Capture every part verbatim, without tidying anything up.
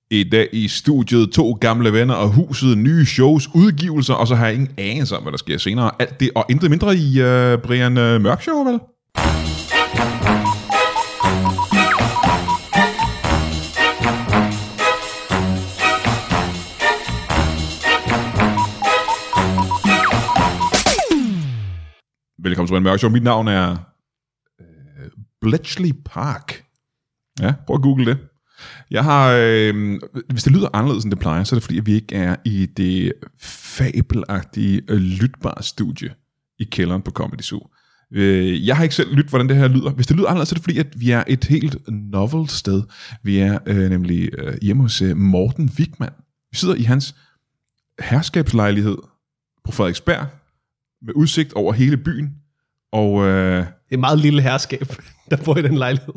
I dag i studiet to gamle venner og huset, nye shows, udgivelser, og så har jeg ingen anelse om, hvad der sker senere. Alt det og intet mindre i uh, Brian uh, Mørk Show, vel? Velkommen til Brian Mørk Show. Mit navn er uh, Bletchley Park. Ja, prøv at google det. Jeg har, øh, hvis det lyder anderledes end det plejer, så er det fordi, at vi ikke er i det fabelagtige, øh, lytbare studie i kælderen på Comedy Zoo. Øh, jeg har ikke selv lyttet, hvordan det her lyder. Hvis det lyder anderledes, så er det fordi, at vi er et helt novel sted. Vi er øh, nemlig øh, hjemme hos øh, Morten Wigman. Vi sidder i hans herskabslejlighed på Frederiksberg, med udsigt over hele byen. Og, øh, det er et meget lille herskab, der bor i den lejlighed.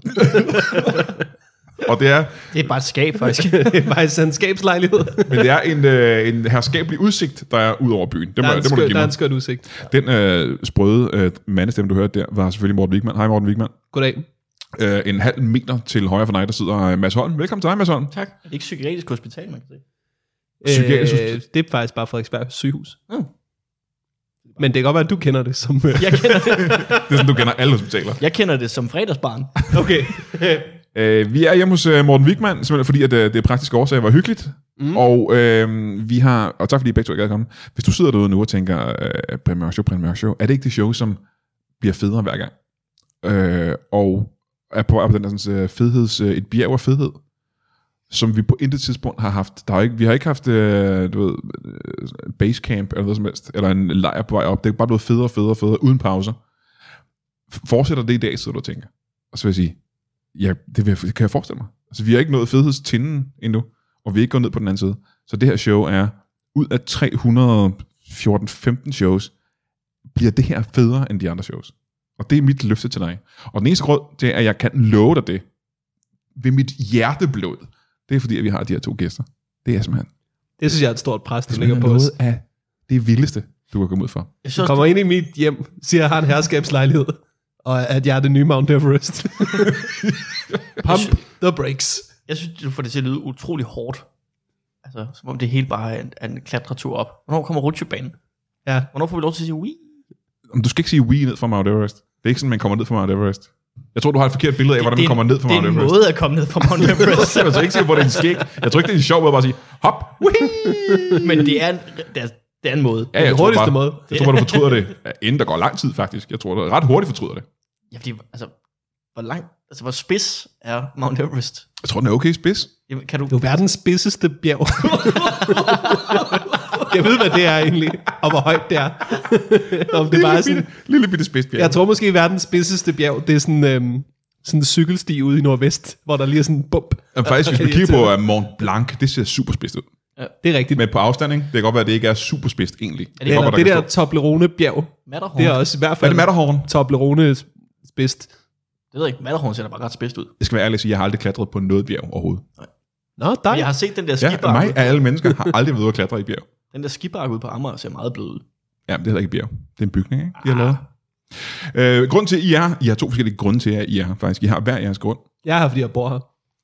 Og det er... Det er bare et skab, faktisk. Det er bare en skabslejlighed. Men det er en, øh, en herskabelig udsigt, der er ud over byen. Det må, der, er det må skøn, du give der er mig. en skøn udsigt. Den øh, sprøde øh, mandestemme, du hørte der, var selvfølgelig Morten Wigman. Hej Morten Wigman. Goddag. Øh, en halv meter til højre for dig, der sidder Mads Holm. Velkommen til dig, Mads Holm. Tak. Er det ikke psykiatrisk hospital, man kan sige? Psykiatrisk øh, det er faktisk bare Frederiksberg sygehus. Mm. Men det kan godt være, at du kender det som... Jeg kender det. Det er sådan, du kender alle hospitaler. Jeg kender det som fredagsbarn. Okay. øh, vi er hjemme hos uh, Morten Wigman, simpelthen fordi, at uh, det er praktiske årsager var hyggeligt. Mm. Og øh, vi har... Og tak fordi I begge to er gad komme. Hvis du sidder derude nu og tænker, uh, Brian Mørk Show, Brian Mørk Show, er det ikke det show, som bliver federe hver gang? Øh, og er på, er på den der sådan, uh, fedheds... Uh, et bjerg af fedhed, som vi på intet tidspunkt har haft. Der er ikke, vi har ikke haft øh, du ved, basecamp eller noget som helst, eller en lejr på vej op. Det er bare blevet federe og federe og federe, uden pauser. Fortsætter det i dag, så du tænker. Og så vil jeg sige, ja, det, vil, det kan jeg forestille mig. Altså, vi har ikke nået fedhedstinden endnu, og vi er ikke gået ned på den anden side. Så det her show er, ud af tre hundrede fjorten femten shows, bliver det her federe end de andre shows. Og det er mit løfte til dig. Og den eneste grund til, at jeg kan love dig det, ved mit hjerteblod, det er fordi, at vi har de her to gæster. Det er simpelthen... Det synes jeg er et stort pres, det der ligger på os. Noget af det vildeste, du kan komme ud for. Jeg du kommer ind i mit hjem, siger, at jeg har en herskabslejlighed, og at jeg er det nye Mount Everest. Pump the brakes. Jeg synes, du får det til at lyde utrolig hårdt. Altså, som om det hele bare er en, er en klatretur op. Hvornår kommer rutsjebanen? Ja. Hvornår får vi lov til at sige wee? Du skal ikke sige wee ned fra Mount Everest. Det er ikke sådan, man kommer ned fra Mount Everest. Jeg tror, du har et forkert billede af, det, hvordan det man kommer ned fra Mount Everest. Det er en måde at komme ned fra Mount Everest. Jeg tror ikke sige, hvor det er en skæg. Jeg tror ikke, det er en sjov måde at bare sige, hop, wee! Men det er en, det er, det er en måde. Ja, jeg den tror hurtigste bare, måde. Jeg tror bare, du fortryder det, inden der går lang tid, faktisk. Jeg tror, du ret hurtigt fortryder det. Ja, fordi, altså, hvor lang, altså, hvor spids er Mount Everest? Jeg tror, den er okay spids. Jamen, kan du... Det er verdens spidseste bjerg. Jeg ved, hvad det er egentlig, og hvor højt det er. Om det bare er sådan, lille bitte spidsbjerg. jeg tror måske, verdens spidseste bjerg, det er sådan, øhm, sådan en cykelsti ude i Nordvest, hvor der lige er sådan en bump. Jamen, faktisk, hvis vi kigger på uh, Mont Blanc, det ser super spidst ud. Ja. Det er rigtigt. Men på afstanding, det kan godt være, at det ikke er super spidst egentlig. Er det Eller godt, det der der Toblerone-bjerg, Matterhorn? det er også i hvert Er fald det Matterhorn? Toblerone spidst. Det ved jeg ikke. Matterhorn ser da bare ret spidst ud. Jeg skal være ærlig og sige, jeg har aldrig klatret på noget bjerg overhovedet. Nå, der. Men jeg har set den der Ja, skibakke. mig af alle mennesker har aldrig været ude at klatre i bjerg. Den der skibakke ude på Amager ser meget blød ud. Ja, men det er ikke et bjerg. Det er en bygning, ikke? De har lavet. Øh, grunden til, at I er, I har to forskellige grunde til, at I er her, faktisk. I har hver jeres grund. Jeg er her, fordi jeg bor her.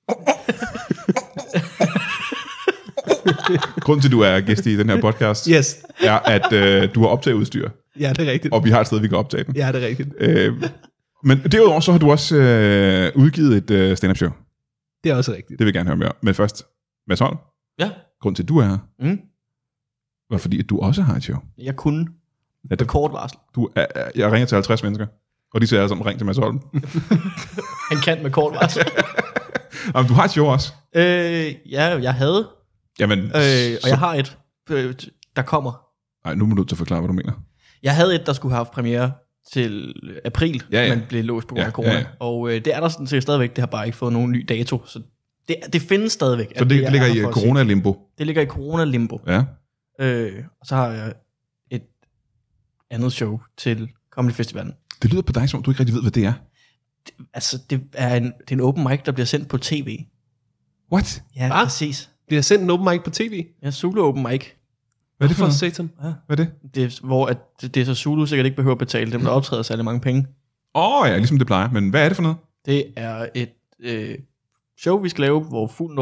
Grunden til, at du er gæst i den her podcast, Yes. er, at øh, du har optageudstyr, Ja, det er rigtigt. og vi har et sted, vi kan optage den. Ja, det er rigtigt. Øh, men derudover, så har du også øh, udgivet et øh, stand-up show. Det er også rigtigt. Det vil jeg gerne høre mere om. Men først, Mads Holm. Ja. Grunden til, at du er her, Mm. var fordi, at du også har et show. Jeg kunne Ja, på kort varsel. Du er, jeg ringer til halvtreds mennesker, og de siger alle sammen, ring til Mads Holm. Han kan med kort varsel. Jamen, du har et show også. øh, ja, jeg havde. Jamen, Øh, og jeg har et, øh, der kommer. Nej, nu må du til at forklare, hvad du mener. Jeg havde et, der skulle have haft premiere til april, Ja, ja. men blev låst på grund af Ja, corona. ja, ja. Og øh, det er der sådan set stadigvæk. Det har bare ikke fået nogen ny dato. Så det, det findes stadigvæk. Så det, det jeg ligger er i her for at se. corona-limbo. Det ligger i corona-limbo. Ja. Øh, og så har jeg et andet show til Comedy Festivalen. Det lyder på dig, som om du ikke rigtig ved, hvad det er. Det, altså, det er, en, det er en open mic, der bliver sendt på tv. What? Ja, Hva? præcis. Bliver sendt en open mic på tv? Ja, Zulu open mic. Hvad er det for noget? satan? Ja. Hvad er det? Det er, hvor at det, det er så Zulu sikkert ikke behøver at betale dem, der optræder særlig mange penge. Åh oh, ja, ligesom det plejer. Men hvad er det for noget? Det er et øh, show, vi skal lave, hvor Fuglendorf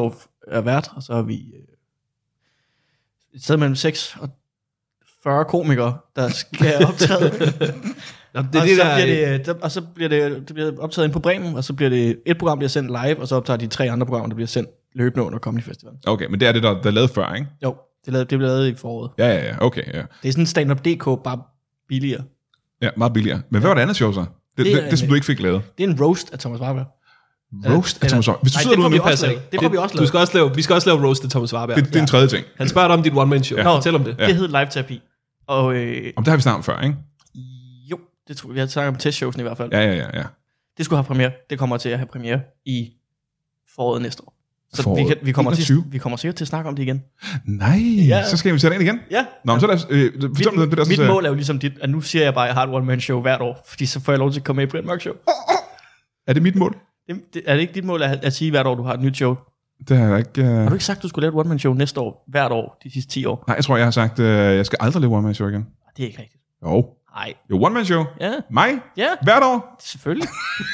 er vært, og så er vi øh, et sted mellem seks og fyrre komikere, der skal optræde. Nå, det og, er det, så der, bliver det, der, og så bliver det, det bliver optaget ind på Bremen, og så bliver det, et program bliver sendt live, og så optager de tre andre programmer, der bliver sendt løbende under Comedy Festival. Okay, men det er det, der, der er lavet før, ikke? Jo, det, lavede, det blev lavet i foråret. Ja, ja, ja, okay, ja. Det er sådan stand-up punktum d k, bare billigere. Ja, meget billigere. Men hvad var det andet show så? Det, det, Det er det, det som en- du ikke fik lavet. Det er en roast af Thomas Warberg. Roast af Thomas Warberg. Hvis du Nej, sidder det får nu, vi nu også passer lavet. ikke. Det får vi også Du lavet. skal også lave, vi skal også lave roast af Thomas Warberg. det, det er en tredje ting. Han spørger dig om dit one-man-show. Ja. Fortæl om det. Det hed Live Terapi. Og øh, Om det har vi snakket om før, ikke? jo, det tror vi har snakket om testshowsen i hvert fald. Ja, ja, ja, ja. Det skulle have premiere. Det kommer til at have premiere i foråret næste år. Så Foråret vi, kan, vi, kommer til, enogtyve? vi kommer sikkert til at snakke om det igen. Nej, Ja. så skal vi sætte ind igen. Ja. Nå, men så lad os... Øh, fortæl Mit, mig det der, så mit siger- mål er jo ligesom dit, at nu siger jeg bare, at jeg har et one-man-show hvert år, fordi så får jeg lov til at komme med i Brian Mørk Show. Er det mit mål? Det, det, er det ikke dit mål at, at sige hvert år, du har et nyt show? Det har jeg ikke... Uh... Har du ikke sagt, du skulle lave et one-man-show næste år, hvert år, de sidste ti år? Nej, jeg tror, jeg har sagt, uh, jeg skal aldrig lave one-man-show igen. Det er ikke rigtigt. Jo. Nej. Jo, one-man-show. Ja, Mig? ja, Hvert år? selvfølgelig.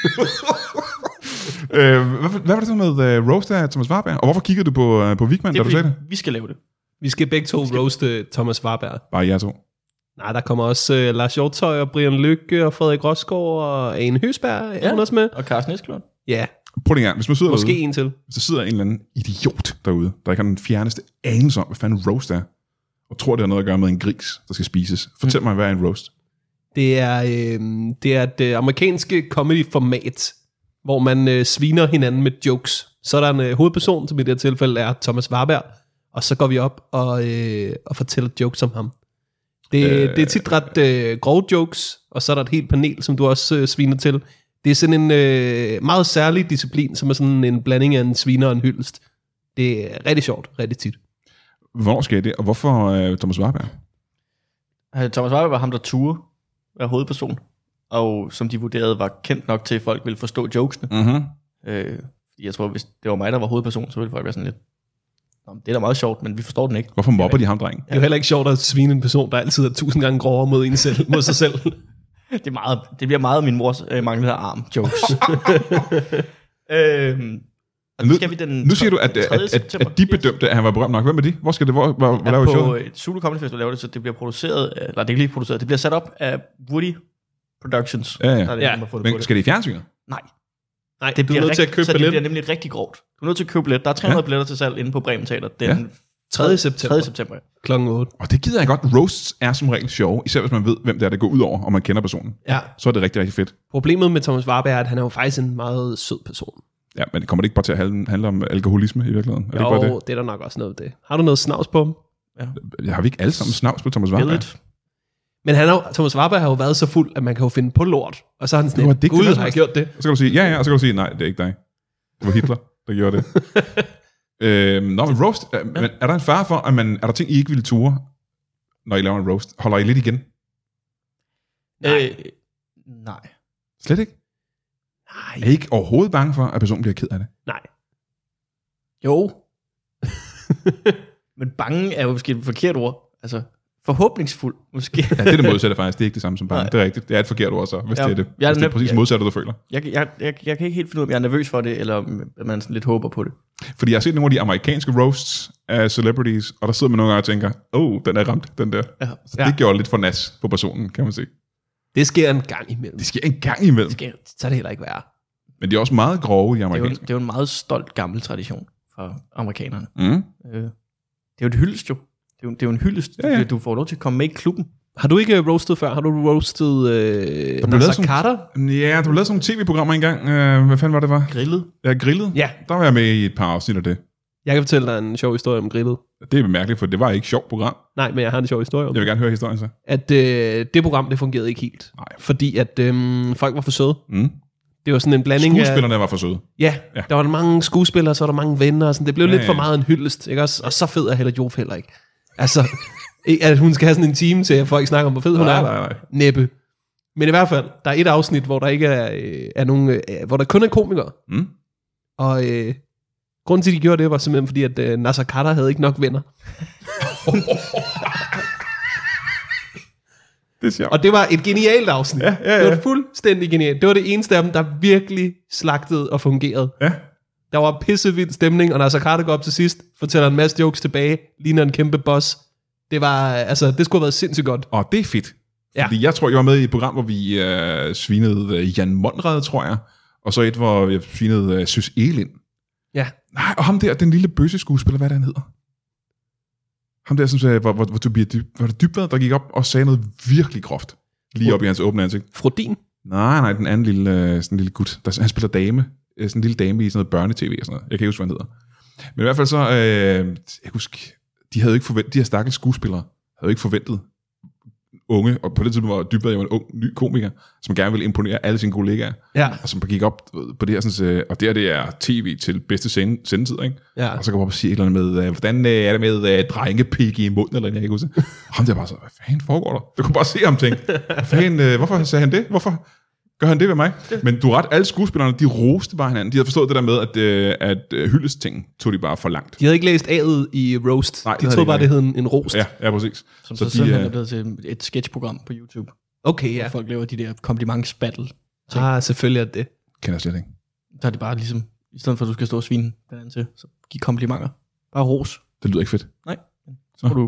Øh, hvad, hvad var det så med uh, roast af Thomas Warberg? Og hvorfor kiggede du på, uh, på Wigman, Det da er du sagde fordi, det? vi skal lave det. Vi skal begge to roaste Thomas Warberg. Bare jer to. Nej, der kommer også uh, Lars Hjortøj og Brian Lykke og Frederik Rosgaard og Ane Høsberg. Ja. Er hun også med? Og Carsten Eskelund. Ja, Prøv lige en gang. Hvis man sidder måske derude, en til. hvis der sidder en eller anden idiot derude, der ikke har den fjerneste anelse om, hvad fanden roast er, og tror, det har noget at gøre med en gris, der skal spises. Fortæl mig, hvad er en roast? Det er, øh, det er et øh, amerikanske comedy-format, hvor man øh, sviner hinanden med jokes. Så er der en øh, hovedperson, som i det her tilfælde er Thomas Warberg, og så går vi op og, øh, og fortæller jokes om ham. Det, øh, det er tit ret øh, grove jokes, og så er der et helt panel, som du også øh, sviner til. Det er sådan en øh, meget særlig disciplin, som er sådan en blanding af en sviner og en hyldest. Det er rigtig sjovt, rigtig tit. Hvornår sker det, og hvorfor uh, Thomas Warberg? Øh, Thomas Warberg var ham, der turde være hovedperson, og som de vurderede var kendt nok til, at folk ville forstå jokesene. Mm-hmm. Øh, fordi jeg tror, hvis det var mig, der var hovedperson, så ville folk være sådan lidt, "Nå, det er da meget sjovt, men vi forstår den ikke." Hvorfor mobber de ham, dreng? Det er jo heller ikke sjovt at svine en person, der altid er tusind gange grovere mod, en selv, mod sig selv. Det, er meget, det bliver meget min mors øh, manglende arm jokes. øhm, og Nu- skal vi den Nu siger du, at, at, tredje at, september. at de bedømte, at han var berømt nok. Hvem er de? Hvor skal det? Hvor, hvor, hvor er laver på showet? et Zulu Comedy Festival laver det, så det bliver produceret, eller det er ikke lige produceret, det bliver sat op af Woody Productions. Ja, ja. Der er det, Ja, ja, der får det på Men det. skal det i fjernsynet? Nej, Nej, det du er bliver nødt til at rigt- købe så det billet. bliver nemlig rigtig grovt. Du er nødt til at købe billet. Der er tre hundrede ja. billetter til salg inde på Bremen Teater den Ja. tredje september. tredje september. klokken otte. Og det gider jeg godt. Roasts er som regel sjove, især hvis man ved, hvem det er, der går ud over, og man kender personen. Ja. Så er det rigtig, rigtig fedt. Problemet med Thomas Warberg er, at han er jo faktisk en meget sød person. Ja, men det kommer det ikke bare til at handle, handle om alkoholisme i virkeligheden? Er det ikke bare Jo, det? det er der nok også noget af det. Har du noget snavs på ham? det? Har vi ikke alle sammen snavs på Thomas Warberg? Billigt. Men han er, jo- Thomas Warberg har jo været så fuld, at man kan jo finde på lort. Og så har han sådan Du har lidt, digtet gud, noget har jeg som gjort det? Og så kan du sige, ja, ja, og så kan du sige, nej, det er ikke dig. Det var Hitler, der gjorde det. øhm, nå, men roast, er, men er der en fare for, at man, er der ting, I ikke ville ture, når I laver en roast? Holder I lidt igen? Nej. Øh, nej. Slet ikke? Nej. Er I ikke overhovedet bange for, at personen bliver ked af det? Nej. Jo. Men bange er jo måske et forkert ord. Altså, forhåbningsfuld, måske. Ja, det er det modsatte faktisk. Det er ikke det samme som bange. Nej. Det er rigtigt. Det er et forkert ord så, hvis Ja, det er det. jeg er Hvis det er nem- præcis ja. modsatte, du føler. Jeg, jeg, jeg, jeg kan ikke helt finde ud af, om jeg er nervøs for det, eller om man sådan lidt håber på det. Fordi jeg har set nogle af de amerikanske roasts af celebrities, og der sidder man nogle gange og tænker, åh, oh, den er ramt, den der. Ja. Så Ja. det gjorde lidt for nas på personen, kan man se. Det sker en gang imellem. Det sker en gang imellem. Det, sker, Så er det heller ikke værre. Men de er også meget grove, de det, er jo, en- amerikanske. det er jo en meget stolt gammel tradition for amerikanerne. Mm. Øh, det er jo et hyldest jo. Det er jo, det er jo en hyldest. Ja, ja. Du får lov til at komme med i klubben. Har du ikke roastet før? Har du roastet øh, blev Nasser lavet sådan- Carter? Ja, du lavede sådan nogle tv-programmer engang. Uh, hvad fanden var det, var? Grillet. Ja, Grillet. Ja. Der var jeg med i et par afsnit af det. Jeg kan fortælle dig en sjov historie om grillet. Det er bemærkeligt, for det var ikke et sjovt program. Nej, men jeg har en sjov historie om Jeg vil gerne høre historien så. at øh, det program, det fungerede ikke helt. Nej. Fordi at øh, folk var for søde. Mm. Det var sådan en blanding af... Skuespillerne var for søde. Ja, Ja. der var der mange skuespillere, så var der mange venner, og sådan. Det blev Ja, lidt for ja. meget en hyldest, ikke også? Og så fed er Hella Joof heller ikke. Altså, ikke, at hun skal have sådan en time til, at folk snakker om, hvor fed hun Nej, er. nej, nej. Næppe. Men i hvert fald, der er et afsnit, hvor der ikke er, øh, er nogen, øh, hvor der kun er komikere. Mm. Og øh, grunden til, at de gjorde det, var simpelthen fordi, at øh, Nasser Carter havde ikke nok venner. Det er sjovt. Og det var et genialt afsnit. Ja, ja, ja. Det var fuldstændig genialt. Det var det eneste af dem, der virkelig slagtede og fungerede. Ja. Der var pissevild stemning, og Naser Khader går op til sidst, fortæller en masse jokes tilbage, ligner en kæmpe boss. Det var, altså, det skulle have været sindssygt godt. Og det er fedt. Ja. Fordi jeg tror, jeg var med i et program, hvor vi øh, svinede øh, Jan Monrad, tror jeg. Og så et, hvor jeg svinede øh, Søs Elin. Ja. Nej, og ham der, den lille bøsse skuespiller, hvad der han hedder? Ham der, som sagde, hvor, hvor, hvor, hvor, dyb, hvor det Dybvad, der gik op og sagde noget virkelig groft. Lige op i hans åbne ansigt. Frodin? Nej, nej, den anden lille, øh, sådan en lille gut. Der, han spiller dame. Sådan en lille dame i sådan noget børnetv og sådan noget. Jeg kan ikke huske, hvad han hedder. Men i hvert fald så, øh, jeg husker, de havde jo ikke forventet, de her stakkels skuespillere, havde jo ikke forventet unge, og på det tidspunkt var Dybvad jo en ung, ny komiker, som gerne ville imponere alle sine kollegaer, Ja. og som gik op på det her, sådan, og det her, det er tv til bedste sende, sendetid, ikke? Ja. Og så går op og siger et eller andet med, hvordan er det med uh, drengepik i munden, eller noget, jeg kan huske. Og ham der bare så, hvad fanden foregår der? Du kunne bare se ham tænke, hvad fanden, uh, hvorfor sagde han det? Hvorfor gør han det ved mig? Men du er ret, alle skuespillerne, de roste bare hinanden. De havde forstået det der med, at, uh, at uh, hyldestingen tog de bare for langt. De havde ikke læst A'et i roast. Nej, det de havde troede de bare, ikke. det hed en, en roast. Ja, ja, præcis. Som Så så, de, så simpelthen øh, er blevet til et sketchprogram på YouTube. Okay, ja. Hvor folk laver de der komplimentsbattle. Ah, selvfølgelig er det. Kender jeg slet ikke. Der er det bare ligesom, i stedet for at du skal stå og svine den til, så giv komplimenter. Bare ros. Det lyder ikke fedt. Nej. Så får du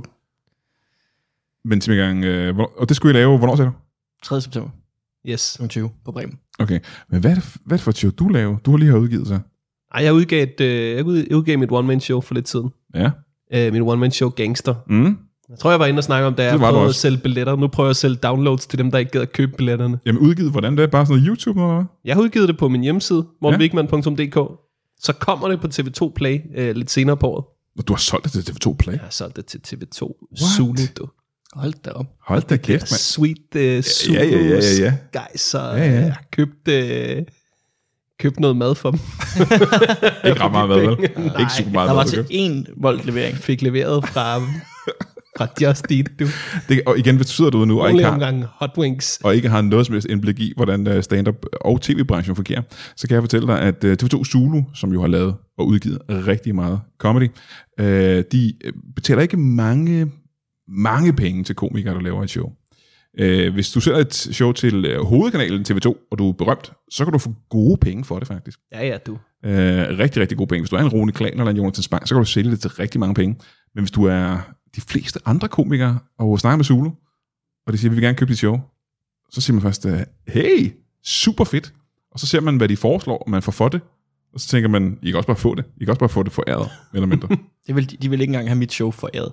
Men til gang, øh, hvor, og det skulle I lave, hvornår sagde du? tredje september Yes. tyve på Bremen. Okay, men hvad er det, hvad er det for et show, du laver? Du har lige har udgivet sig. Ej, jeg udgav, et, øh, jeg ud- jeg udgav mit one-man-show for lidt siden. Ja. Øh, mit one-man-show Gangster. Mm. Jeg tror, jeg var inde og snakke om, da jeg Det var du prøvede at også. sælge billetter. Nu prøver jeg at sælge downloads til dem, der ikke gider at købe billetterne. Jamen udgivet, hvordan det er? Bare sådan noget YouTube eller hvad? Jeg har udgivet det på min hjemmeside, morten Ja. wigman punktum d k. Så kommer det på T V to Play øh, lidt senere på året. Og du har solgt det til T V to Play. Jeg har solgt det til T V to What? Zulu, du. Hold da op. Hold da kæft, mand. Sweet uh, Zulu Ja, ja, ja, ja, ja. guys, så Ja, ja. jeg har købt, øh, købt noget mad for dem. Ikke ret meget mad, vel? Nej, Ikke super meget Der var mad, til okay. en volt levering. Fik leveret fra, fra Just Eat, du. Det, og igen, hvis du sidder derude nu, og Only ikke, har, omgang hot wings. og ikke har noget som helst indblik i, hvordan øh, stand-up og tv-branchen fungerer, så kan jeg fortælle dig, at øh, T V to Zulu, som jo har lavet og udgivet rigtig meget comedy, øh, de øh, betaler ikke mange, mange penge til komikere, der laver et show. Øh, hvis du sender et show til øh, hovedkanalen T V to, og du er berømt, så kan du få gode penge for det faktisk. Ja, ja, du. Øh, rigtig, rigtig gode penge. Hvis du er en Rune Klan eller en Jonathan Spang, så kan du sælge det til rigtig mange penge. Men hvis du er de fleste andre komikere, og snakker med Zulu, og de siger, vi vil gerne købe dit show, så siger man først, øh, hey, super fedt. Og så ser man, hvad de foreslår, og man får for det. Og så tænker man, I kan også bare få det. I kan også bare få det foræret, eller mindre. Det vil, de vil ikke engang have mit show foræret.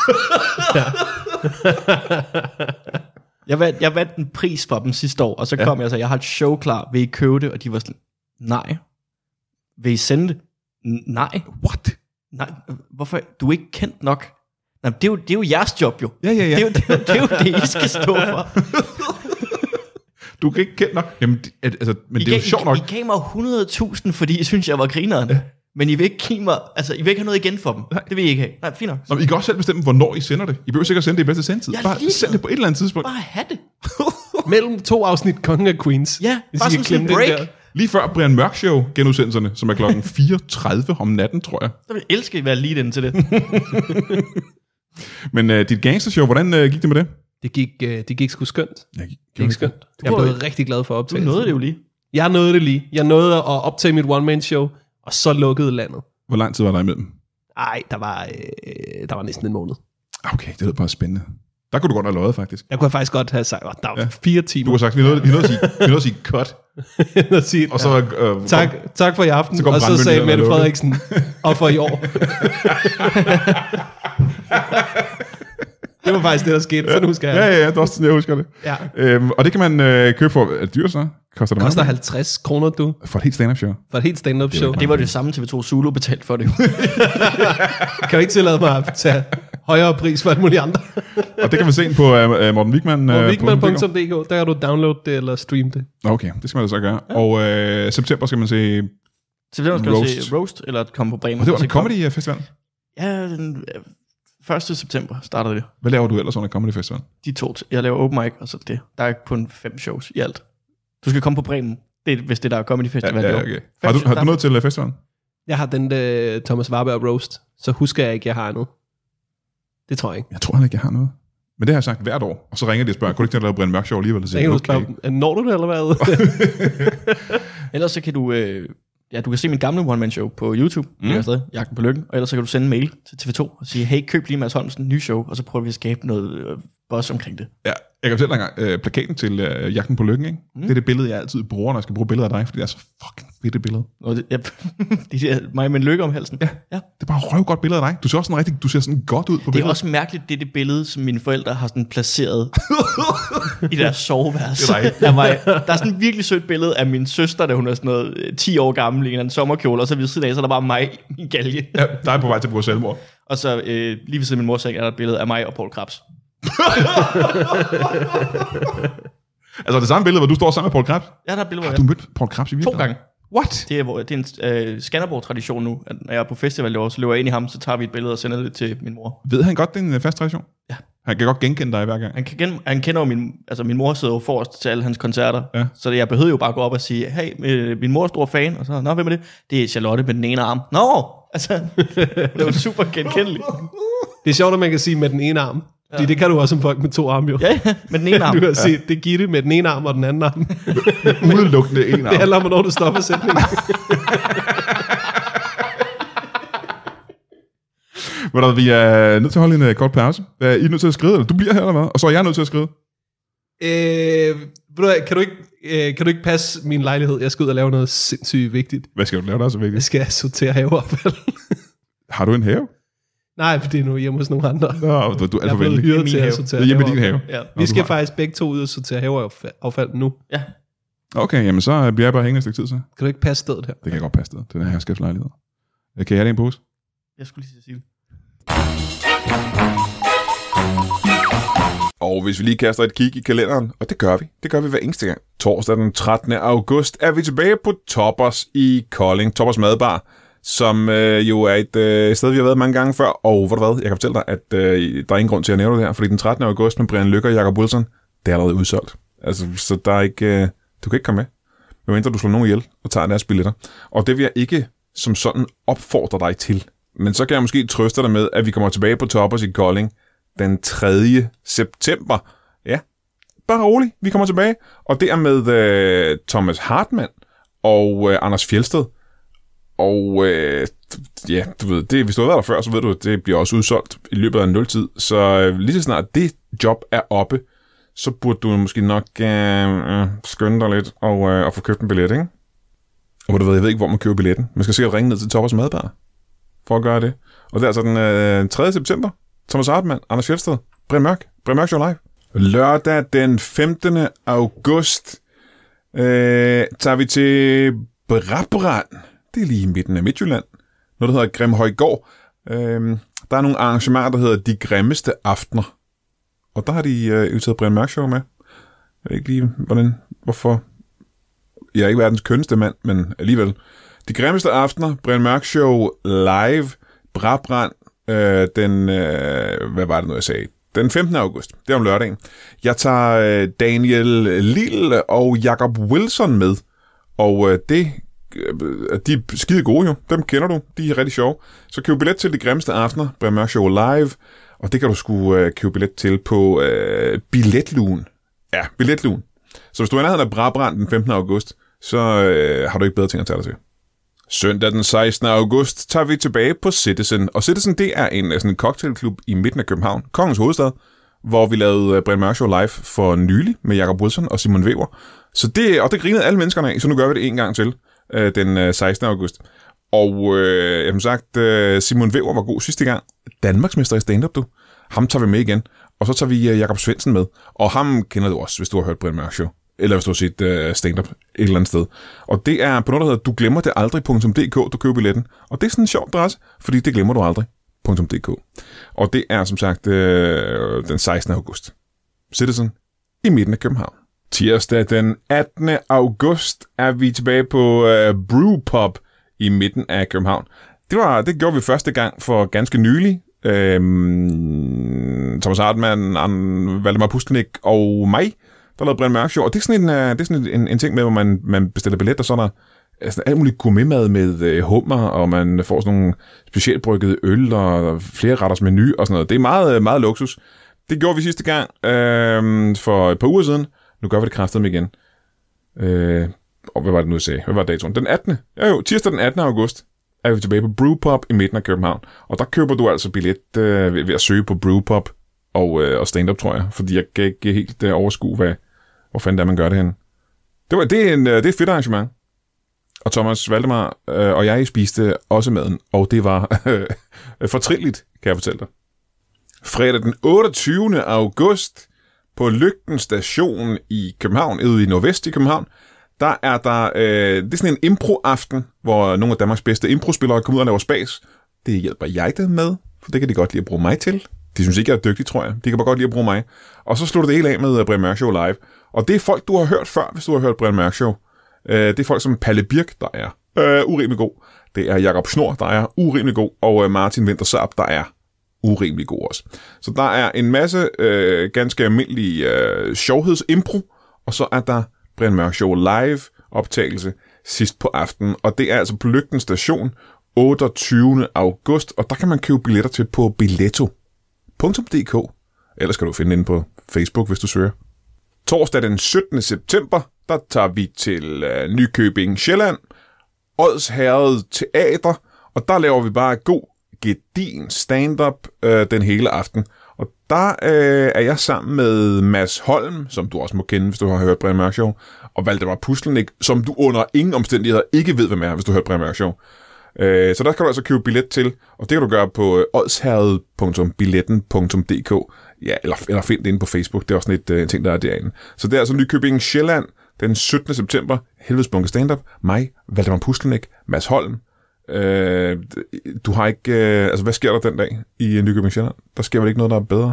jeg, vandt, jeg vandt en pris for dem sidste år, og så kom ja. jeg så, jeg har et show klar, vil I købe det? Og de var sådan, nej. Vil I sende det? N- nej. What? Nej, hvorfor? Du er ikke kendt nok. Nej, det er jo, det er jo jeres job jo. Ja, ja, ja. Det er jo det, er jo, det, er jo det I skal stå for. Du kan ikke kende nok. Jamen, det, altså, men I det er jo gav, sjovt nok. I, I gav mig hundrede tusind, fordi I synes, jeg var grineren. Ja. Men I vil ikke give mig, altså, I vil ikke have noget igen for dem. Nej. Det vil I ikke have. Nej, fint nok. Nå, I kan også selv bestemme, hvornår I sender det. I behøver sikkert sende det i bedste sendtid. Ja, Bare lige send det på et eller andet tidspunkt. Bare have det. Mellem to afsnit Kongen af Queens. Ja, Hvis bare I kan sådan en klemme den break. der. Lige før Brian Mørk Show genudsendelserne, som er klokken fire tredive om natten, tror jeg. Så vil jeg elske at være lige den til det. Men uh, dit gangstershow, hvordan uh, gik det med det? Det gik, øh, det gik sgu skønt. Ja, Det gik skønt. Jeg var- blev rigtig glad for Du optagelsen. nåede det jo lige. Jeg nåede det lige. Jeg nåede at optage mit one-man-show, og så lukkede landet. Hvor lang tid var der imellem? Ej, der var, øh, der var næsten en måned. Okay, det lød bare spændende. Der kunne du godt have løjet, faktisk. Jeg kunne faktisk godt have sagt, at der var Ja. fire Du timer. har sagt, vi nåede, vi nåede, at, sige, vi nåede at sige cut, at sige, og så... Øh, tak, tak for i aften. Så kom Og så sagde brandmyndighederne Mette og lukkede. Frederiksen, og for i år. Det var faktisk det, der skete, så nu skal Ja, jeg. ja, ja, det er også sådan, jeg husker det. Ja. Øhm, og det kan man øh, købe for... Er det dyrt så? Koster det Det koster meget? halvtreds kroner, du, For et helt stand-up show. for et helt stand-up show. Og det var det samme T V to Zulu betalt for det. Kan du ikke tillade mig at tage højere pris for alle mulige andre? Og det kan man se ind på uh, Morten Wigman. På Uh, wigman punktum d k, der kan du downloade det eller streame det. Okay, det skal man da så gøre. Og øh, september skal man se... September skal Roast. du se Roast, eller komme på Bremen. Og det var Og se en comedy festival. Ja, den øh, første september starter det. Hvad laver du ellers under Comedy Festival? De to, t- jeg laver open mic, og så det. Der er kun fem shows i alt. Du skal komme på Bremen, det er, hvis det der er Comedy Festival. Ja, jo. ja, okay. Har du, har du noget til uh, festivalen? Jeg har den der Thomas Warberg roast, så husker jeg ikke, jeg har noget. Det tror jeg ikke. Jeg tror heller ikke, jeg har noget. Men det har jeg sagt hvert år. Og så ringer de og spørger, kunne du ikke til at lave Brian Mørk Show alligevel? Og Så kan siger, du spørge, okay. når du det, eller hvad? Ellers så kan du, øh, ja, du kan se min gamle one-man-show på YouTube, mm. der stadig, Jagten på Lykken, og ellers så kan du sende en mail til T V to og sige, hey, køb lige Mads Holmsen, ny show, og så prøver vi at skabe noget øh, buzz omkring det. Ja, jeg kan fortælle dig en gang, øh, plakaten til øh, Jagten på Lykken, ikke? Mm. Det er det billede, jeg altid bruger, når jeg skal bruge billeder af dig, fordi det er så fucking fedt et billede. Nå, det, ja, det er mig med en lykke om halsen. Ja, ja. Det er bare røvgodt billede af dig. Du ser også sådan rigtig, du ser sådan godt ud på billedet. Det er også mærkeligt, det er det billede, som mine forældre har sådan placeret i deres soveværelse. Det er mig. Der er sådan et virkelig sødt billede af min søster, da hun er sådan noget ti år gammel i en sommerkjole, og så ved siden af, så er der bare mig i min galge. Ja, der er på vej til at bruge selvmord. Og så øh, lige ved siden af min mors seng er der et billede af mig og Poul Krebs. Altså det samme billede, hvor du står sammen med Poul Krebs? Ja, der er et billede, hvor har du mødt Poul Krebs i virkeligheden? To gange. What? Det er, hvor, det er en øh, Skanderborg-tradition nu, at når jeg er på festival i år, så løber jeg ind i ham, så tager vi et billede og sender det til min mor. Ved han godt, det er en fast tradition? Ja. Han kan godt genkende dig hver gang? Han, kan gen, han kender jo min, altså min mor sidder jo forrest til alle hans koncerter, ja. Så jeg behøvede jo bare gå op og sige, hey, øh, min mor er stor fan, og så, nå, hvem er det? Det er Charlotte med den ene arm. Nå, altså, det var super genkendeligt. Det er sjovt, at man kan sige med den ene arm. Fordi ja. Det kan du også som folk med to arme jo. Ja, ja, med den ene arm. Du kan ja. sige, det giver det med den ene arm og den anden arm. Udelukkende en arm. Det handler om, hvornår du stopper sætningen. Hvordan, vi er nødt til at holde en uh, kort pause. I er nødt til at skrive, eller du bliver her eller hvad? Og så er jeg nødt til at skrive. Øh, kan, du ikke, øh, kan du ikke passe min lejlighed? Jeg skal ud og lave noget sindssygt vigtigt. Hvad skal du lave, der er så vigtigt? Jeg skal sortere haveaffald. Har du en have? Nej, for det er nu hjemme hos nogle andre. Nå, du, du er alt for venlig. Jeg er blevet hyret til at sortere hjemme i din have. Ja. Vi skal faktisk begge to ud og sortere haveaffald nu. Ja. Okay, jamen så bliver jeg bare hængende et stykke tid så. Kan du ikke passe stedet her? Det kan jeg godt passe stedet. Den her herskabslejlighed. Kan jeg have det i en pose? Jeg skulle lige sige det. Og hvis vi lige kaster et kig i kalenderen, og det gør vi, det gør vi hver eneste gang. Torsdag den trettende august er vi tilbage på Toppers i Kolding. Toppers Madbar, som øh, jo er et øh, sted, vi har været mange gange før. Og hvor du hvad, jeg kan fortælle dig, at øh, der er ingen grund til at nævne det her, fordi den trettende august med Brian Lykke og Jacob Wilson, det er allerede udsolgt. Altså, så der er ikke, øh, du kan ikke komme med, medmindre du slår nogen ihjel og tager deres billetter. Og det vil jeg ikke som sådan opfordre dig til. Men så kan jeg måske trøste dig med, at vi kommer tilbage på Toppers i Kolding den tredje september. Ja, bare rolig, vi kommer tilbage. Og det er med øh, Thomas Hartmann og øh, Anders Fjeldsted. Og øh, ja, du ved, det, hvis du har været der før, så ved du, at det bliver også udsolgt i løbet af en nul tid. Så øh, lige så snart det job er oppe, så burde du måske nok øh, øh, skynde dig lidt og, øh, og få købt en billet, ikke? Og du ved, jeg ved ikke, hvor man køber billetten. Man skal sikkert ringe ned til Toppers Madbar for at gøre det. Og det er altså den øh, tredje september. Thomas Hartmann, Anders Fjeldsted, Brian Mørk, Brian Mørk Show Live. Lørdag den femtende august øh, tager vi til Brabrand. Det er lige i midten af Midtjylland. Noget, der hedder Grimhøjgård. Øh, der er nogle arrangementer, der hedder De Grimmeste Aftener. Og der har de øh, udtaget Brian Mørk Show med. Jeg ved ikke lige, hvordan, hvorfor. Jeg er ikke verdens kønneste mand, men alligevel. De Grimmeste Aftener, Brian Mørk Show Live, Brabrand. Øh, den, øh, hvad var det nu, jeg sagde? Den femtende august, det er om lørdagen. Jeg tager øh, Daniel Lille og Jacob Wilson med, og øh, det, øh, de er skide gode jo, dem kender du, de er rigtig sjove. Så køb billet til De Grimmeste Aftener, Brian Mørk Show Live, og det kan du sgu øh, købe billet til på øh, Billetlugen. Ja, Billetlugen. Så hvis du er nærheden af Brabrand den femtende august, så øh, har du ikke bedre ting at tage dig til. Søndag den sekstende august tager vi tilbage på Citizen. Og Citizen, det er en, sådan en cocktailklub i midten af København, Kongens Hovedstad, hvor vi lavede Brian Mørk Show Live for nylig med Jacob Wilson og Simon Weber. Så det, og det grinede alle menneskerne af, så nu gør vi det en gang til øh, den sekstende august. Og øh, jeg har sagt, øh, Simon Weber var god sidste gang. Danmarksmester i stand-up, du. Ham tager vi med igen. Og så tager vi øh, Jakob Svendsen med. Og ham kender du også, hvis du har hørt Brian Mørk Show. Eller hvis du har set uh, stand-up et eller andet sted. Og det er på noget, der hedder du glemmer det aldrig punktum d k, du køber billetten. Og det er sådan en sjov adresse, fordi det glemmer du aldrig punktum d k. Og det er som sagt uh, den sekstende august. Citizen i midten af København. Tirsdag den attende august er vi tilbage på uh, Brewpub i midten af København. Det, var, det gjorde vi første gang for ganske nylig. Øhm, Thomas Hartmann, Valdemar Pustelnik og mig, der lavede Brian Mørk Show, og det er sådan en, det er sådan en, en ting med, hvor man, man bestiller billetter, så er der altså, alt muligt gourmetmad med øh, hummer, og man får sådan nogle specielt bryggede øl, og flere retters menu og sådan noget. Det er meget, meget luksus. Det gjorde vi sidste gang øh, for et par uger siden. Nu gør vi det kraftedeme igen. Øh, Og hvad var det nu, jeg sagde? Hvad var datoen? Den attende Ja jo, tirsdag den attende august er vi tilbage på Brewpub i midten af København. Og der køber du altså billet øh, ved at søge på Brewpub og, øh, og stand-up, tror jeg. Fordi jeg kan ikke helt øh, overskue, hvad, hvor fanden det er, man gør det henne. Det, var, det, er en, øh, det er et fedt arrangement. Og Thomas Valdemar øh, og jeg spiste også maden, og det var øh, fortrinligt, kan jeg fortælle dig. Fredag den otteogtyvende august på Lygten Station i København, ude i Nordvest i København, der er der, øh, det er sådan en impro-aften, hvor nogle af Danmarks bedste impro-spillere kommer ud og laver spas. Det hjælper jeg dem med, for det kan de godt lide at bruge mig til. De synes ikke, jeg er dygtig, tror jeg. De kan bare godt lide at bruge mig. Og så slutter det hele af med Brian Mørk Show live. Og det er folk, du har hørt før, hvis du har hørt Brian Mørk Show. Øh, det er folk som Palle Birk, der er øh, urimelig god. Det er Jakob Snor, der er urimelig god. Og øh, Martin Winter Saab, der er urimelig god også. Så der er en masse øh, ganske almindelige øh, sjovhedsimpro, og så er der Brian Mørk Show live optagelse sidst på aftenen, og det er altså på Lygten Station otteogtyvende august, og der kan man købe billetter til på billetto punktum d k. Ellers kan du finde den på Facebook, hvis du søger. Torsdag den syttende september, der tager vi til øh, Nykøbing Sjælland, Odsherred Teater, og der laver vi bare god gedin stand-up øh, den hele aften. Og der øh, er jeg sammen med Mads Holm, som du også må kende, hvis du har hørt Brian Mørk Show, og Valdemar Puslenik, som du under ingen omstændigheder ikke ved, hvem er, hvis du har hørt Brian Mørk Show. Øh, så der kan du altså købe billet til, og det kan du gøre på odsherred punktum billetten punktum d k, ja, eller, eller find det inde på Facebook, det er også sådan et, øh, en ting, der er derinde. Så det er altså Nykøbing Sjælland den syttende september, Helvedes Bunke Stand-up, mig, Valdemar Puslenik, Mads Holm. Øh, du har ikke... Øh, altså, hvad sker der den dag i Nykøbing Sjælland? Der sker vel ikke noget, der er bedre?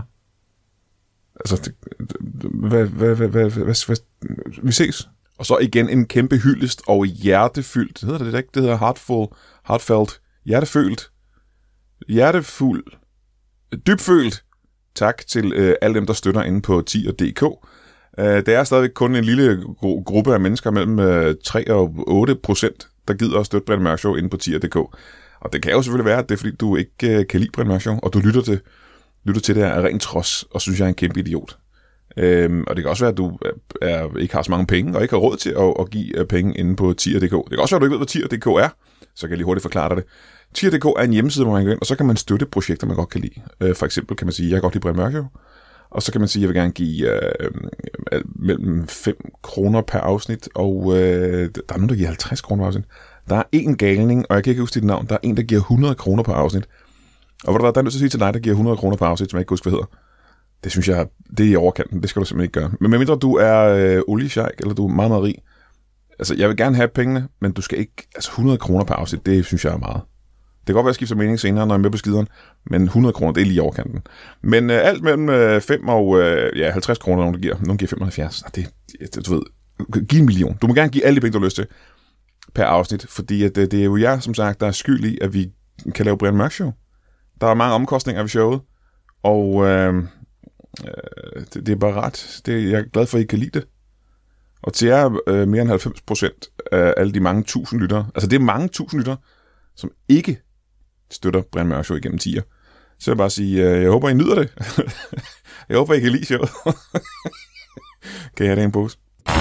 Altså, det, hvad, hvad, hvad, hvad, hvad, hvad, vi ses. Og så igen en kæmpe hyldest og hjertefyldt, hedder det det ikke? Det hedder heartful, heartfelt, hjertefølt, hjertefuld, dybfølt. Tak til øh, alle dem, der støtter inde på tier punktum d k. Øh, det er stadigvæk kun en lille gru- gruppe af mennesker mellem øh, tre og otte procent, der gider at støtte Brian Mørk Show inde på tier punktum d k. Og det kan jo selvfølgelig være, at det er, fordi du ikke øh, kan lide Brian Mørk Show, og du lytter til, lytter til det her af ren trods, og synes, jeg er en kæmpe idiot. Øhm, og det kan også være, at du er, ikke har så mange penge, og ikke har råd til at, at give penge inde på tier punktum d k. Det kan også være, at du ikke ved, hvad tier punktum d k er, så kan jeg lige hurtigt forklare dig det. tier punktum d k er en hjemmeside, hvor man kan gå ind, og så kan man støtte projekter, man godt kan lide. Øh, for eksempel kan man sige, jeg kan godt lide Brian Mørk Show, og så kan man sige, at jeg vil gerne give øh, øh, mellem fem kroner per afsnit, og øh, der er nogen, der giver halvtreds kroner per afsnit. Der er en galning, og jeg kan ikke huske dit navn, der er en, der giver hundrede kroner per afsnit. Og hvor der er nødt til at sige til dig, der giver hundrede kroner per afsnit, som jeg ikke kan huske, hvad hedder. Det synes jeg, det er i overkanten, det skal du simpelthen ikke gøre. Men medmindre du er øh, oliesjejk, eller du er meget, meget rig. Altså, jeg vil gerne have pengene, men du skal ikke, altså hundrede kroner per afsnit, det synes jeg er meget. Det kan godt være, at jeg skifter mening senere, når jeg er med på skideren, men hundrede kroner, det er lige i overkanten. Men øh, alt mellem øh, fem og øh, ja, halvtreds kroner, nogen der giver. Nogen giver femoghalvfjerds. Det, det, du ved, giv en million. Du må gerne give alle de penge, du har lyst til per afsnit, fordi at, det er jo jeg, som sagt, der er skyld i, at vi kan lave Brian Mørk Show. Der er mange omkostninger ved showet, og øh, øh, det, det er bare ret. Det, jeg er glad for, at I kan lide det. Og til jer øh, mere end halvfems procent af alle de mange tusind lyttere, altså det er mange tusind lyttere, som ikke støtter Brian Mørk Show igennem tier. Så vil jeg bare sige, øh, jeg håber, I nyder det. Jeg håber, I kan lide showet. Kan jeg have det i en pose?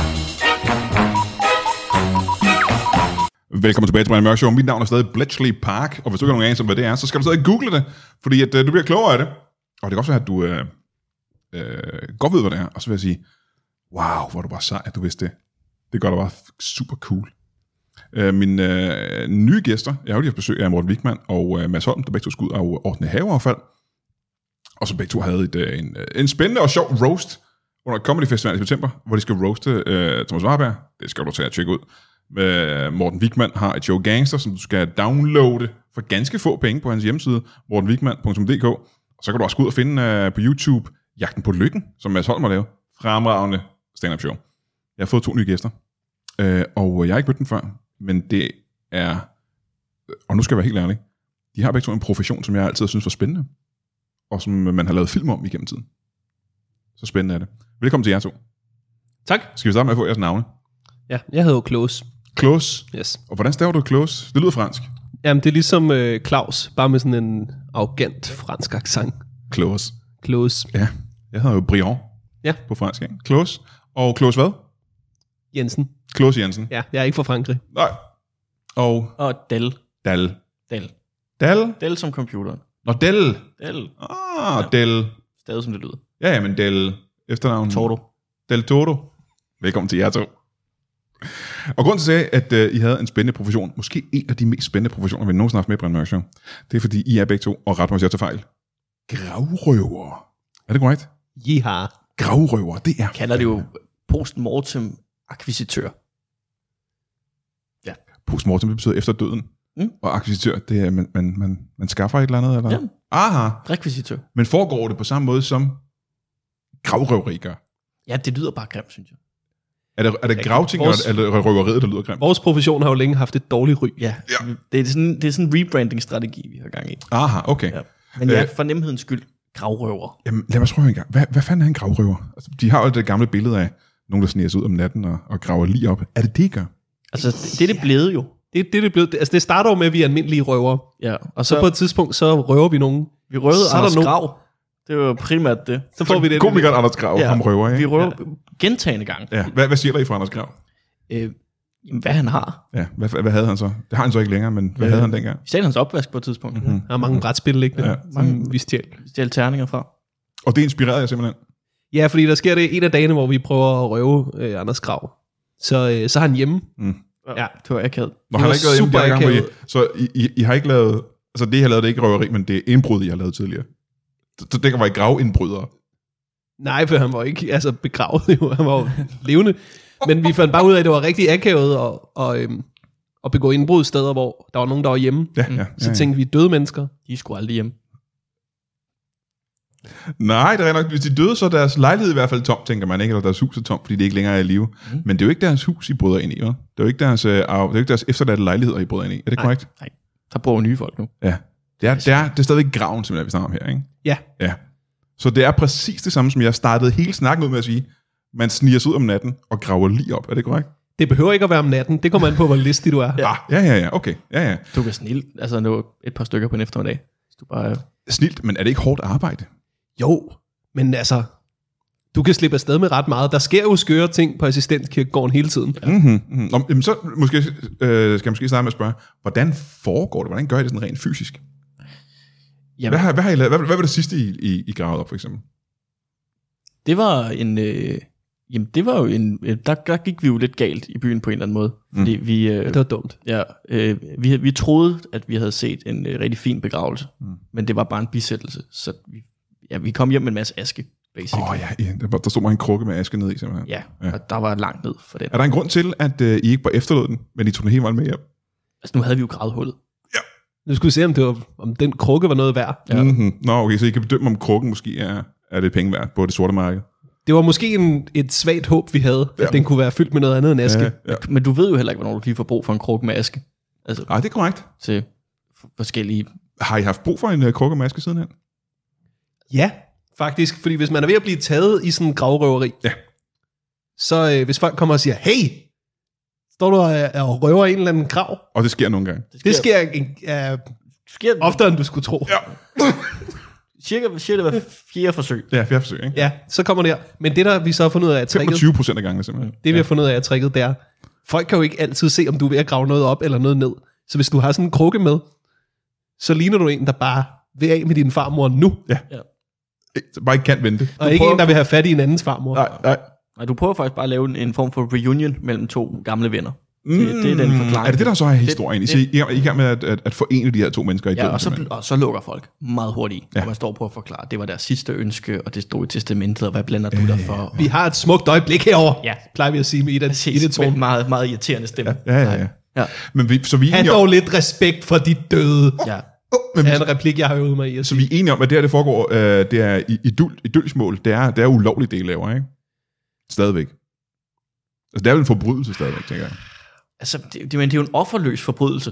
Velkommen tilbage til Brian Mørk Show. Mit navn er stadig Bletchley Park, og hvis du ikke har nogen anelse om, hvad det er, så skal du stadig google det, fordi at, øh, du bliver klogere af det. Og det kan også være, at du øh, øh, godt ved, hvad det er, og så vil jeg sige, wow, hvor er du bare sej, at du vidste det. Det gør dig bare super cool. Øh, mine øh, nye gæster, jeg har jo lige haft besøg af Morten Wigman og øh, Mads Holm, der begge to skulle ud af ordne haveaffald, og så begge to havde et, øh, en, en spændende og sjov roast under Comedy Festival i september, hvor de skal roaste øh, Thomas Warberg. Det skal du tage at tjekke ud. Øh, Morten Wigman har et show Gangster, som du skal downloade for ganske få penge på hans hjemmeside, morten wigman punktum d k. Og så kan du også gå ud og finde øh, på YouTube Jagten på Lykken, som Mads Holm har lavet. Fremragende stand-up show. Jeg har fået to nye gæster, øh, og jeg har ikke mødt dem før, men det er, og nu skal jeg være helt ærlig, de har begge to en profession, som jeg altid synes var spændende, og som man har lavet film om igennem tiden. Så spændende er det. Velkommen til jer to. Tak. Skal vi starte med at få jeres navne? Ja, jeg hedder Klaus. Klaus? Yes. Og hvordan staver du Klaus? Det lyder fransk. Jamen, det er ligesom øh, Claus, bare med sådan en arrogant fransk accent. Klaus. Klaus. Ja, jeg hedder jo Briand ja. på fransk, ikke? Klaus. Og Klaus hvad? Jensen. Klose Jensen. Ja, jeg er ikke fra Frankrig. Nej. Og Og Dell. Dal. Dell. Dal? Dell som computeren. Nå, Dell. Dell. Ah, ja. Del. Stadig som det lyder. Ja, ja, men Del. Efternavn. Tordo. Del Toto. Velkommen til jer to. Og grunden til, at uh, I havde en spændende profession, måske en af de mest spændende professioner, vi nogensinde har haft med i Brian Mørk Show, det er, fordi I er begge to, og ret mig, hvis jeg tager fejl, gravrøver. Er det korrekt? Jiha. Gravrøver, det er... Kalder det jo postmortem akvisitør. Postmortem, det betyder efter døden. Mm. Og akvisitør, det er, man, man, man, man skaffer et eller andet, eller? Ja. Aha. Rekvisitør. Men foregår det på samme måde, som gravrøveri gør? Ja, det lyder bare grimt, synes jeg. Er det, er det gravting, Vores- eller er det røveriet, der lyder grimt? Vores profession har jo længe haft et dårligt ry. Ja, Ja. Det, er sådan, det er sådan en rebranding-strategi, vi har gang i. Aha, okay. Ja. Men ja, Øh. for nemhedens skyld, gravrøver. Jamen, lad mig prøve en gang. Hvad, hvad fanden er en gravrøver? Altså, de har jo det gamle billede af nogen, der sniger sig ud om natten og, og graver lige op. Er det det, I gør? Altså, det, det er det blevet jo. Det, det, det, blev, altså det starter jo med, at vi er almindelige røver. Ja, og Så så, på et tidspunkt, så røver vi nogen. vi røvede så er der Anders nogen- Grav. Det var primært det. Så får vi det. Komikeren Anders Grav, ja. Ham røver, ikke? Vi røver ja. gentagende gang. Ja. Hvad, hvad siger der I fra Anders Grav? Øh, jamen, hvad han har. Ja, hvad, hvad havde han så? Det har han så ikke længere, men hvad Øh. havde han dengang? Vi satte hans opvask på et tidspunkt. Mm-hmm. Der er mange brætspil liggende, Ja. ja. som vi stjæl. Vi stjal terninger fra. Og det inspirerede jeg simpelthen. Ja, fordi der sker det en af dagene, hvor vi prøver at røve øh, Anders Grav. Så, øh, så er han hjemme. Mm. Ja. Det var akavet. Nå, han har var ikke lavet hjemme de super her gange, hvor I, akavet. så I, I, I, har ikke lavet... Altså det, I har lavet, det er ikke røveri, men det er indbrud, I har lavet tidligere. Så så det kan være gravindbrydere. Nej, for han var ikke altså, begravet, jo. Han var jo levende. Men vi fandt bare ud af, at det var rigtig akavet at, og, øhm, at begå indbrud steder, hvor der var nogen, der var hjemme. Ja, ja, ja, Så ja. tænkte vi, døde mennesker. De er sgu aldrig hjemme. Nej, det er nok, hvis de døde, så er deres lejlighed i hvert fald tom, tænker man ikke, eller deres hus er tom, fordi de ikke længere er i live. Mm. Men det er jo ikke deres hus, I bryder ind i, vel? Det er jo ikke deres, øh, arv, det er jo ikke deres efterladte lejligheder, I bryder ind i. Er det Nej. korrekt? Nej, der bor jo nye folk nu. Ja. Det er, det er, det er stadigvæk graven, simpelthen, vi snakker om her, ikke? Ja. Ja. Så det er præcis det samme, som jeg startede hele snakken ud med at sige. Man sniger sig ud om natten og graver lige op. Er det korrekt? Det behøver ikke at være om natten. Det kommer an på, hvor listig du er. Ja, ah, ja, ja, ja. Okay. Ja, ja. Du kan snilt, altså nå et par stykker på en eftermiddag. Hvis du bare... Snilt, men er det ikke hårdt arbejde? Jo, men altså, du kan slippe afsted med ret meget. Der sker jo skøre ting på assistentkirkegården hele tiden. Ja. Mm-hmm, mm-hmm. Nå, jamen, så måske, øh, skal jeg måske starte med at spørge, hvordan foregår det? Hvordan gør I det sådan rent fysisk? Jamen, Hvad, har, hvad, har I lavet? Hvad, hvad var det sidste, I, I, I gravede op, for eksempel? det var en... Øh, jamen, det var jo en... Øh, der, der gik vi jo lidt galt i byen på en eller anden måde. Fordi mm. vi... Øh, Det var dumt. ja, øh, vi, vi troede, at vi havde set en øh, rigtig fin begravelse. Mm. Men det var bare en bisættelse. Så vi, ja, vi kom hjem med en masse aske, basically. Åh oh, ja, ja, der, der stod mig en krukke med aske ned i, simpelthen. Ja, Ja. og der var langt ned for den. Er der en grund til, at øh, I ikke bare efterlod den, men I tog den helt meget med hjem? Altså, nu havde vi jo gravet hullet. Nu skulle vi se, om, det var, om den krukke var noget værd. Ja. Mm-hmm. Nå, okay, så I kan bedømme, om krukken måske er, er det penge værd på det sorte marked. Det var måske en, et svagt håb, vi havde, Ja. at den kunne være fyldt med noget andet end aske. Ja, ja. Men du ved jo heller ikke, hvornår du lige får brug for en krukke med aske. Altså, Ej, det er korrekt. til f- forskellige... Har I haft brug for en uh, krukke med aske sidenhen? Ja, faktisk. Fordi hvis man er ved at blive taget i sådan en gravrøveri, Ja. så øh, hvis folk kommer og siger, hey, står du og, og røver en eller anden grav? Og det sker nogle gange. Det sker en, uh, sker oftere, end du skulle tro. Ja. cirka, cirka hver fjerde forsøg. Ja, fjerde forsøg, ikke? Ja, så kommer det her. Men det, der vi så har fundet ud af, er tricket, femogtyve procent af gangene simpelthen. det vi har fundet ud af, er tricket, det er, folk kan jo ikke altid se, om du er ved at grave noget op eller noget ned. Så hvis du har sådan en krukke med, så ligner du en, der bare vil af med din farmor nu, Ja. Ja. Ikke- så bare ikke kan vente. og ikke prøver- en, der vil have fat i en andens farmor. Nej, nej. Nej, du prøver faktisk bare at lave en, en form for reunion mellem to gamle venner. Det, det er den forklaring. Mm. Er det det, der så er historien? I, Det- siger, I, er, I er i gang med at, at, at forene de her to mennesker i Ja, døden, og så, simpelthen. og så lukker folk meget hurtigt i, Ja. og man står på at forklare, at det var deres sidste ønske, og det stod i testamentet, og hvad blander du der for? Vi har et smukt øjeblik herover, Ja. plejer vi at sige med Ida, Præcis, Ida med Thorn. en meget, meget irriterende stemme. Ja, ja, ja. Ja. Men vi, så vi er Ha' enige om, dog lidt respekt for de døde. Ja. oh, men, Det er en replik, jeg har øvet mig i at så sige. vi er enige om, at det her det foregår, øh, det er i idylls idylsmål. Det er, det er ulovligt, det I laver, ikke? Stadigvæk. Altså, det er jo en forbrydelse stadigvæk, tænker jeg. Altså, det, det, men det er jo en offerløs forbrydelse.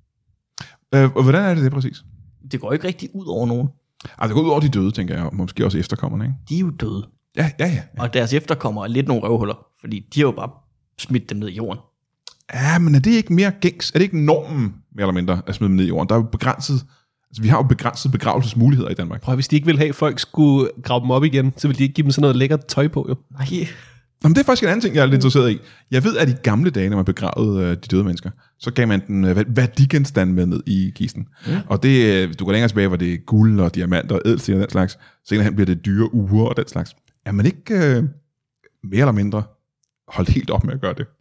Øh, og hvordan er det det præcis? Det går jo ikke rigtig ud over nogen. Altså, det går ud over de døde, tænker jeg, og måske også efterkommerne, ikke? De er jo døde. Ja, ja, ja. ja. Og deres efterkommere er lidt nogle røvhuller, fordi de har jo bare smidt dem ned i jorden. Ja, men er det ikke mere gængs? Er det ikke normen, mere eller mindre, at smide dem ned i jorden? Der er jo begrænset, altså vi har jo begrænset begravelsesmuligheder i Danmark. Prøv, hvis de ikke ville have, at folk skulle grave dem op igen, så ville de ikke give dem sådan noget lækkert tøj på, jo. Nej, Jamen, det er faktisk en anden ting, jeg er lidt interesseret i. Jeg ved, at i gamle dage, når man begravede øh, de døde mennesker, så gav man den øh, værdigenstand med ned i kisten. Ja. Og det, øh, du går længere tilbage, hvor det er guld og diamanter og ædelsten og den slags. Senere hen bliver det dyre uger og den slags. Er man ikke øh, mere eller mindre holdt helt op med at gøre det?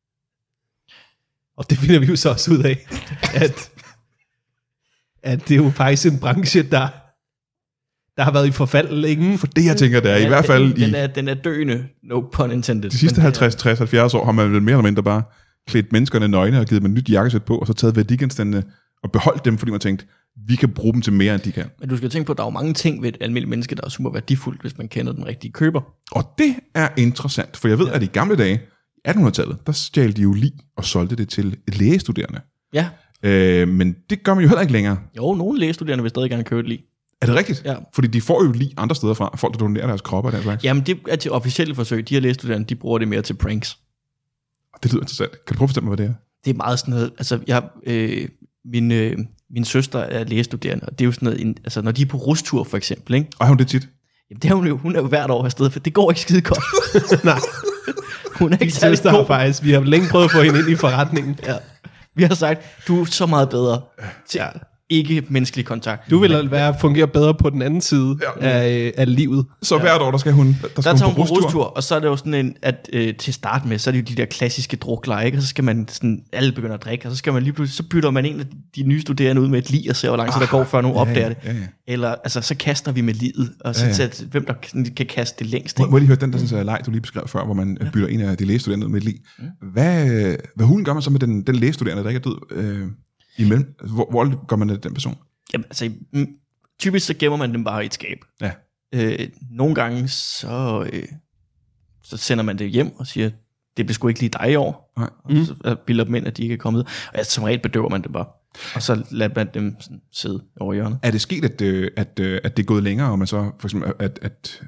Og det finder vi jo så også ud af, at, at det er jo faktisk en branche, der, der har været i forfald længe. For det, jeg tænker, det er ja, i hvert fald den, i... Den er, den er døende, no pun intended. De sidste halvtreds, tres, halvfjerds år har man vel mere eller mindre bare klædt menneskerne nøgne og givet dem et nyt jakkesæt på, og så taget værdigenstandene og beholdt dem, fordi man tænkte, vi kan bruge dem til mere, end de kan. Men du skal tænke på, at der er jo mange ting ved et almindeligt menneske, der er super værdifuldt, hvis man kender den rigtige køber. Og det er interessant, for jeg ved, ja. at i gamle dage, attenhundredetallet, der stjal de jo lig og solgte det til lægestuderende. Ja. Øh, men det gør man jo heller ikke længere. Jo, nogle lægestuderende vil stadig gerne købe et lig. Er det rigtigt? Ja. Fordi de får jo lig andre steder fra, folk der donerer deres kropper og den slags. Jamen, det er til officielle forsøg. De her lægestuderende, de bruger det mere til pranks. Det lyder interessant. Kan du prøve at fortælle mig, hvad det er? Det er meget sådan noget, altså jeg, øh, min, øh, min søster er lægestuderende, og det er jo sådan noget, en, altså når de er på rustur for eksempel, ikke? Og har hun det tit? Jamen det er hun jo, hun er jo hvert år afsted, for det går ikke skide godt. Nej. Hun er ikke særlig god. Faktisk. Vi har længe prøvet at få hende ind i forretningen. Ja. Vi har sagt, du er så meget bedre til ja. ikke menneskelig kontakt. Du vil være fungere bedre på den anden side ja. af, af livet. Så ja. hvert år, der skal hun, der skal der hun tager på hun på rustur. rustur, og så er det jo sådan en, at øh, til start med, så er det jo de der klassiske drukleje, ikke? Og så skal man sådan, alle begynder at drikke, og så skal man lige pludselig, så bytter man en af de nye studerende ud med et lig, og ser, hvor lang tid der går, før nogen ja, opdager det. Ja, ja. Eller, altså, så kaster vi med liget, og så ja, ja. til, hvem der kan kaste det længst. Må, må jeg lige høre den der sådan, leg, du lige beskrev før, hvor man ja. bytter en af de lægestuderende ud med et lig. Mm. Hvad, hvad hulen gør man så med den, den lægestuderende, der ikke er død? Øh, imellem? Hvor, hvor gør man det den person? Jamen, altså, typisk så gemmer man dem bare i et skab. Ja. Øh, nogle gange, så, øh, så sender man det hjem og siger, det bliver sgu ikke lige dig i år. Nej. Og så bilder dem ind, at de ikke er kommet. Og ja, som regel bedøver man det bare. Og så lader man dem sådan sidde over hjørnet. Er det sket, at, at, at det er gået længere, og man så for eksempel, at, at,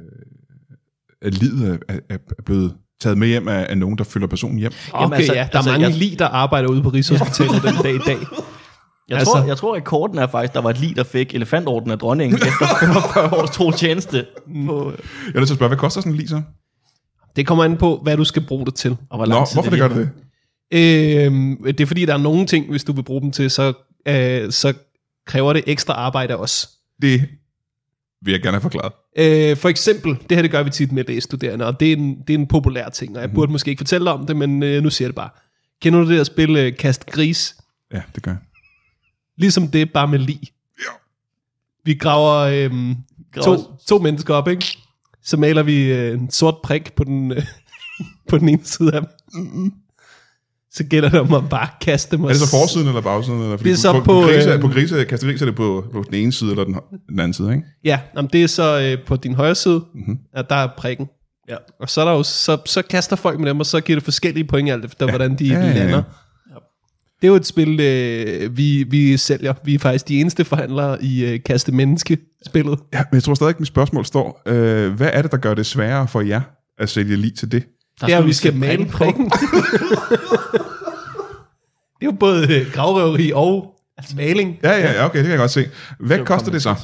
at livet er, er blevet taget med hjem af, af nogen, der følger personen hjem? Okay, Jamen, altså, ja. Der er altså, mange jeg... lig, der arbejder ude på Rigshospitalet den dag i dag. Jeg, altså, tror, jeg tror, at rekorden er faktisk, der var et lig, der fik elefantorden af dronningen efter femogfyrre års tro tjeneste. På... Jeg er nødt til at spørge, hvad koster sådan en lig så? Det kommer an på, hvad du skal bruge det til. Og hvor Nå, hvorfor det gør det det? Øhm, det er fordi, der er nogle ting, hvis du vil bruge dem til, så, øh, så kræver det ekstra arbejde også. Det vil jeg gerne have forklaret. Øh, for eksempel, det her det gør vi tit med lægestuderende, og det er en, det er en populær ting, og jeg mm-hmm. burde måske ikke fortælle dig om det, men øh, nu siger jeg det bare. Kender du det at spille øh, Kast Gris? Ja, det gør jeg. Ligesom det, bare med lig. Ja. Vi graver øhm, to, to mennesker op, ikke? Så maler vi øh, en sort prik på den, øh, på den ene side af dem. Mm-hmm. Så gælder det om at bare kaste dem. Er det så forsiden eller bagsiden? Eller? Det er så på, på... På, grise, øh, på grise, kaste gris er det på, på den ene side eller den, den anden side, ikke? Ja, jamen, det er så øh, på din højre side, mm-hmm. at der er prikken. Ja. Og så, er der jo, så, så kaster folk med dem, og så giver det forskellige point, alt efter ja. hvordan de ja, ja, ja. lander. Det er jo et spil, øh, vi, vi sælger. Vi er faktisk de eneste forhandlere i øh, Kaste Menneske-spillet. Ja, men jeg tror stadig, at mit spørgsmål står. Øh, hvad er det, der gør det sværere for jer at sælge lig til det? Det er, at vi skal male prikken. Det er jo både øh, gravrøveri og altså, maling. Ja, ja, ja, okay, det kan jeg godt se. Hvad det koster det så?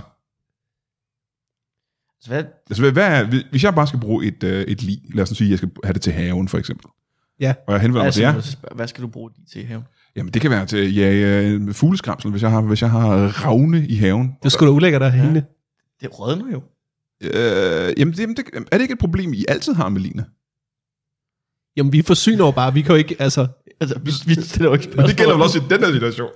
Så hvad? Altså, hvad er, hvis jeg bare skal bruge et, øh, et lig, lad os nu sige, at jeg skal have det til haven, for eksempel. Ja. Og jeg henvender mig til jer. Hvad skal du bruge det til i haven? Jamen, det kan være til ja, fugleskramsel, hvis jeg har, hvis jeg har ravne i haven. Det skulle da ulækkert at hænge. Ja. Det rådner jo. Øh, jamen, det, det, er det ikke et problem, I altid har med ligene? Jamen, vi forsyner jo bare. Vi kan jo ikke, altså... altså vi, vi stiller jo ikke spørgsmål. Men det gælder vel også i den her situation.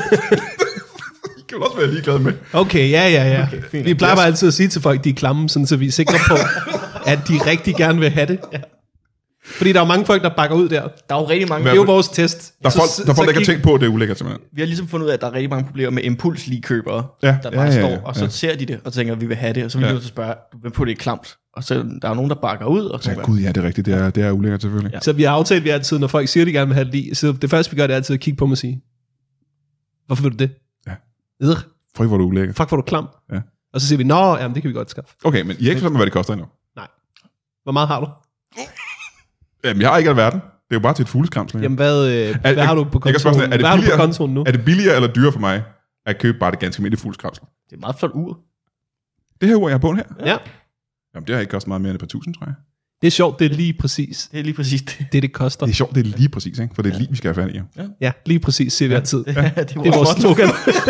I kan vel også være ligeglade med. Okay, ja, ja, ja. Okay, vi plejer bare altid at sige til folk, de er klamme, sådan, så vi er sikre på, at de rigtig gerne vil have det. Ja. Fordi der er jo mange folk, der bakker ud der. Der er jo rigtig mange... Det er jo vores test. Der er folk, så, der, er folk, der gik... ikke har tænkt på, at det er ulækkert simpelthen. Vi har ligesom fundet ud af, at der er rigtig mange problemer med impulsligkøbere, ja, der bare ja, ja, ja, står, ja. og så ser de det, og tænker, at vi vil have det, og så vil ja. de nødt til at spørge, hvem på det er klamt. Og så der er nogen, der bakker ud. Og så ja, gud, ja, det er rigtigt. Det er, det er ulækkert selvfølgelig. Ja. Så vi har aftalt, vi altid, når folk siger, de gerne vil have det lige, så det første, vi gør, det er altid at kigge på dem og sige, hvorfor vil du det? Ja. Eder. Fuck, hvor du ulækkert. Fuck, hvor du klam. Ja. Og så siger vi, nå, jamen, det kan vi godt skaffe. Okay, men I er ikke forstået med, hvad det koster endnu? Nej. Hvor meget har du? Jamen, jeg har ikke alverden. Det er jo bare til et fugleskramsel. Jamen, hvad, øh, er, hvad jeg, har du på kontoen? Spørge, er det hvad har du på kontoen nu? Er det billigere eller dyrere for mig at købe bare det ganske almindelige fugleskramsel? Det er et meget flot ur. Det her ur, jeg har på her? Ja. Jamen, det har ikke kostet meget mere end et par tusind, tror jeg. Det er sjovt, det er lige præcis Det er lige præcis det. det, det koster. Det er sjovt, det er lige præcis, ikke? For det er lige, vi skal have fat i. Jo. Ja, lige præcis, siger vi altid. Det, ja, det, er Det er vores slogan.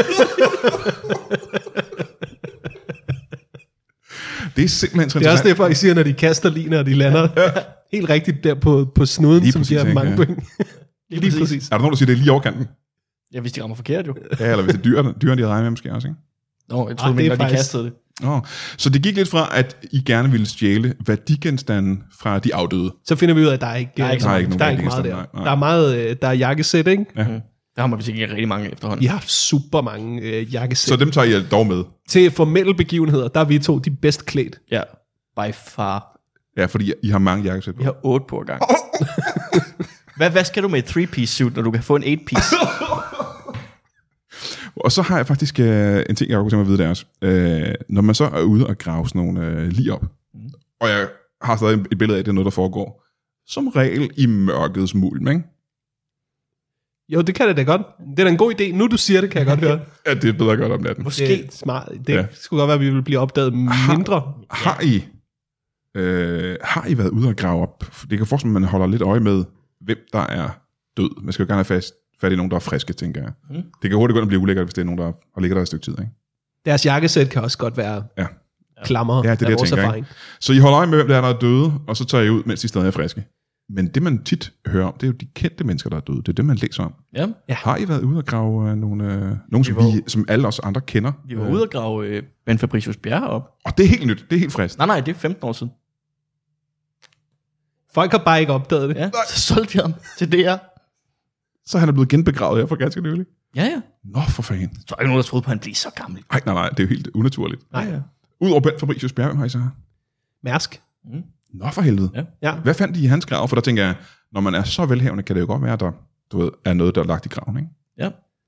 Det er simpelthen så Det er også interessant. derfor, I siger, når de kaster liner, og de lander helt rigtigt der på, på snuden, Lige som præcis, giver ikke? mange Ja. point. Lige Lige præcis. præcis. Er der nogen, der siger, det er lige overkanten? Ja, hvis de rammer forkert jo. Ja, eller hvis det er dyrene, dyrene de havde regnet med, måske også, ikke? Nå, jeg Ah, troede, det er men, når de faktisk- kastede det. Oh. Så det gik lidt fra, at I gerne ville stjæle værdigenstande fra de afdøde. Så finder vi ud af, at der er ikke, Der er ikke så der er meget. ikke, der er ikke Der er meget ikke der. nogen nej, nej. Der er meget, øh, der er jakkesæt, ikke? Ja. Mm. Der har man vist ikke rigtig mange efterhånden. Vi har super mange øh, jakkesæt. Så dem tager I dog med. Til formelle begivenheder, der er vi to de bedst klædt. Ja, by far. Ja, fordi I har mange jakkesæt på. Vi har otte på gang. hvad, hvad skal du med et three-piece suit, når du kan få en eight-piece? Og så har jeg faktisk øh, en ting, jeg kunne tænke mig at vide, der også. Øh, når man så er ude og grave sådan nogle øh, lige op, mm. og jeg har stadig et billede af, at det er noget, der foregår, som regel i mørkets mulm, ikke? Jo, det kan det da godt. Det er da en god idé. Nu du siger det, kan jeg godt høre. Ja, det er bedre godt om natten. Måske. Det er smart. Det Ja. ja. skulle godt være, at vi ville blive opdaget mindre. Har I, øh, har I været ude og grave op? Det kan forstå, at man holder lidt øje med, hvem der er død. Man skal jo gerne have fast, fat i nogen, der er friske, tænker jeg. Mm. Det kan hurtigt gå ind og blive ulækkert, hvis det er nogen, der har ligget der et stykke tid, ikke? Deres jakkesæt kan også godt være Ja. klammer Ja, det er det, af jeg vores tænker, erfaring. Så I holder øje med, hvem der er, der er døde, og så tager I ud, mens de stadig er friske. Men det, man tit hører om, det er jo de kendte mennesker, der er døde. Det er det, man læser om. Ja, Ja. Har I været ude og grave øh, nogle, øh, nogle som, Vi var- vi, som alle os andre kender? vi var ude og grave øh, Ben Fabricius Bjerre op. Og det er helt nyt. Det er helt frisk. Nej, nej, det er femten år siden. Folk har bare ikke opdaget det. Ja, så solgte vi ham til D R. Så han er blevet genbegravet her for ganske nylig. Ja, ja. Nå, for fanden. Så er ikke nogen, der troede på, at han blev så gammel. Nej, nej, nej. Det er jo helt unaturligt. Nej. Ja, ja. Udover Ben Fabricius Bjerg, har I så? Mærsk. Nå, for helvede. Ja. Ja. Hvad fandt de i hans grav? For der tænker jeg, når man er så velhavende, kan det jo godt være, at der du ved, er noget, der er lagt i graven, ikke? Ja.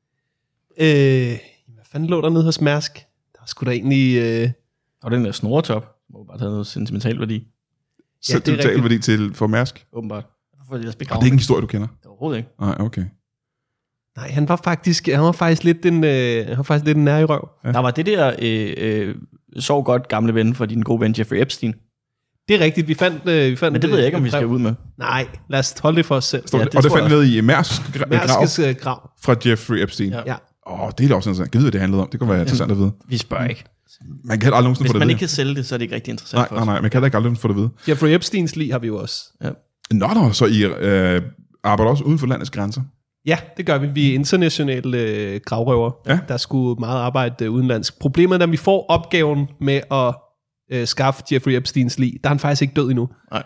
Øh, hvad fanden lå der nede hos Mærsk? Der er sgu da egentlig... Øh, Og den der snoretop, må bare tage noget sentimental værdi. Så Ja, det det er total rigtigt. værdi til for Mærsk. Åbenbart. Hvorfor er det ellers Og det er begravet? ikke en historie, du kender? Overhovedet ikke. Nej, okay. nej, han var faktisk, han var faktisk lidt en, øh, han var faktisk lidt en nær i røv. Ja. Der var det der, øh, øh, sov godt gamle ven for din gode ven Jeffrey Epstein. Det er rigtigt, vi fandt... Øh, vi fandt Men det ved jeg ikke, om vi skal ud med. Nej, lad os holde det for os selv. Står, Ja, ja, det og det tror fandt jeg ned i Mærsks gra- grav Mærskes øh, grav. fra Jeffrey Epstein. Ja. Åh, Ja. oh, det er også interessant. Kan vide, hvad det handlede om? Det kunne være interessant at vide. Vi spørger ikke. Man kan heller aldrig nogensinde Hvis få det man at ikke vide. kan sælge det, så er det ikke rigtig interessant Nej, for nej, os. nej. Man kan heller ikke aldrig få det at vide. Jeffrey Epsteins lig har vi jo også. Ja. Nå, nå, så I øh, arbejder også uden for landets grænser? Ja, det gør vi. Vi er internationale øh, gravrøver, Ja. der skulle meget arbejde øh, udenlands. Problemet er, når vi får opgaven med at øh, skaffe Jeffrey Epsteins lig, der er han faktisk ikke død endnu. Nej.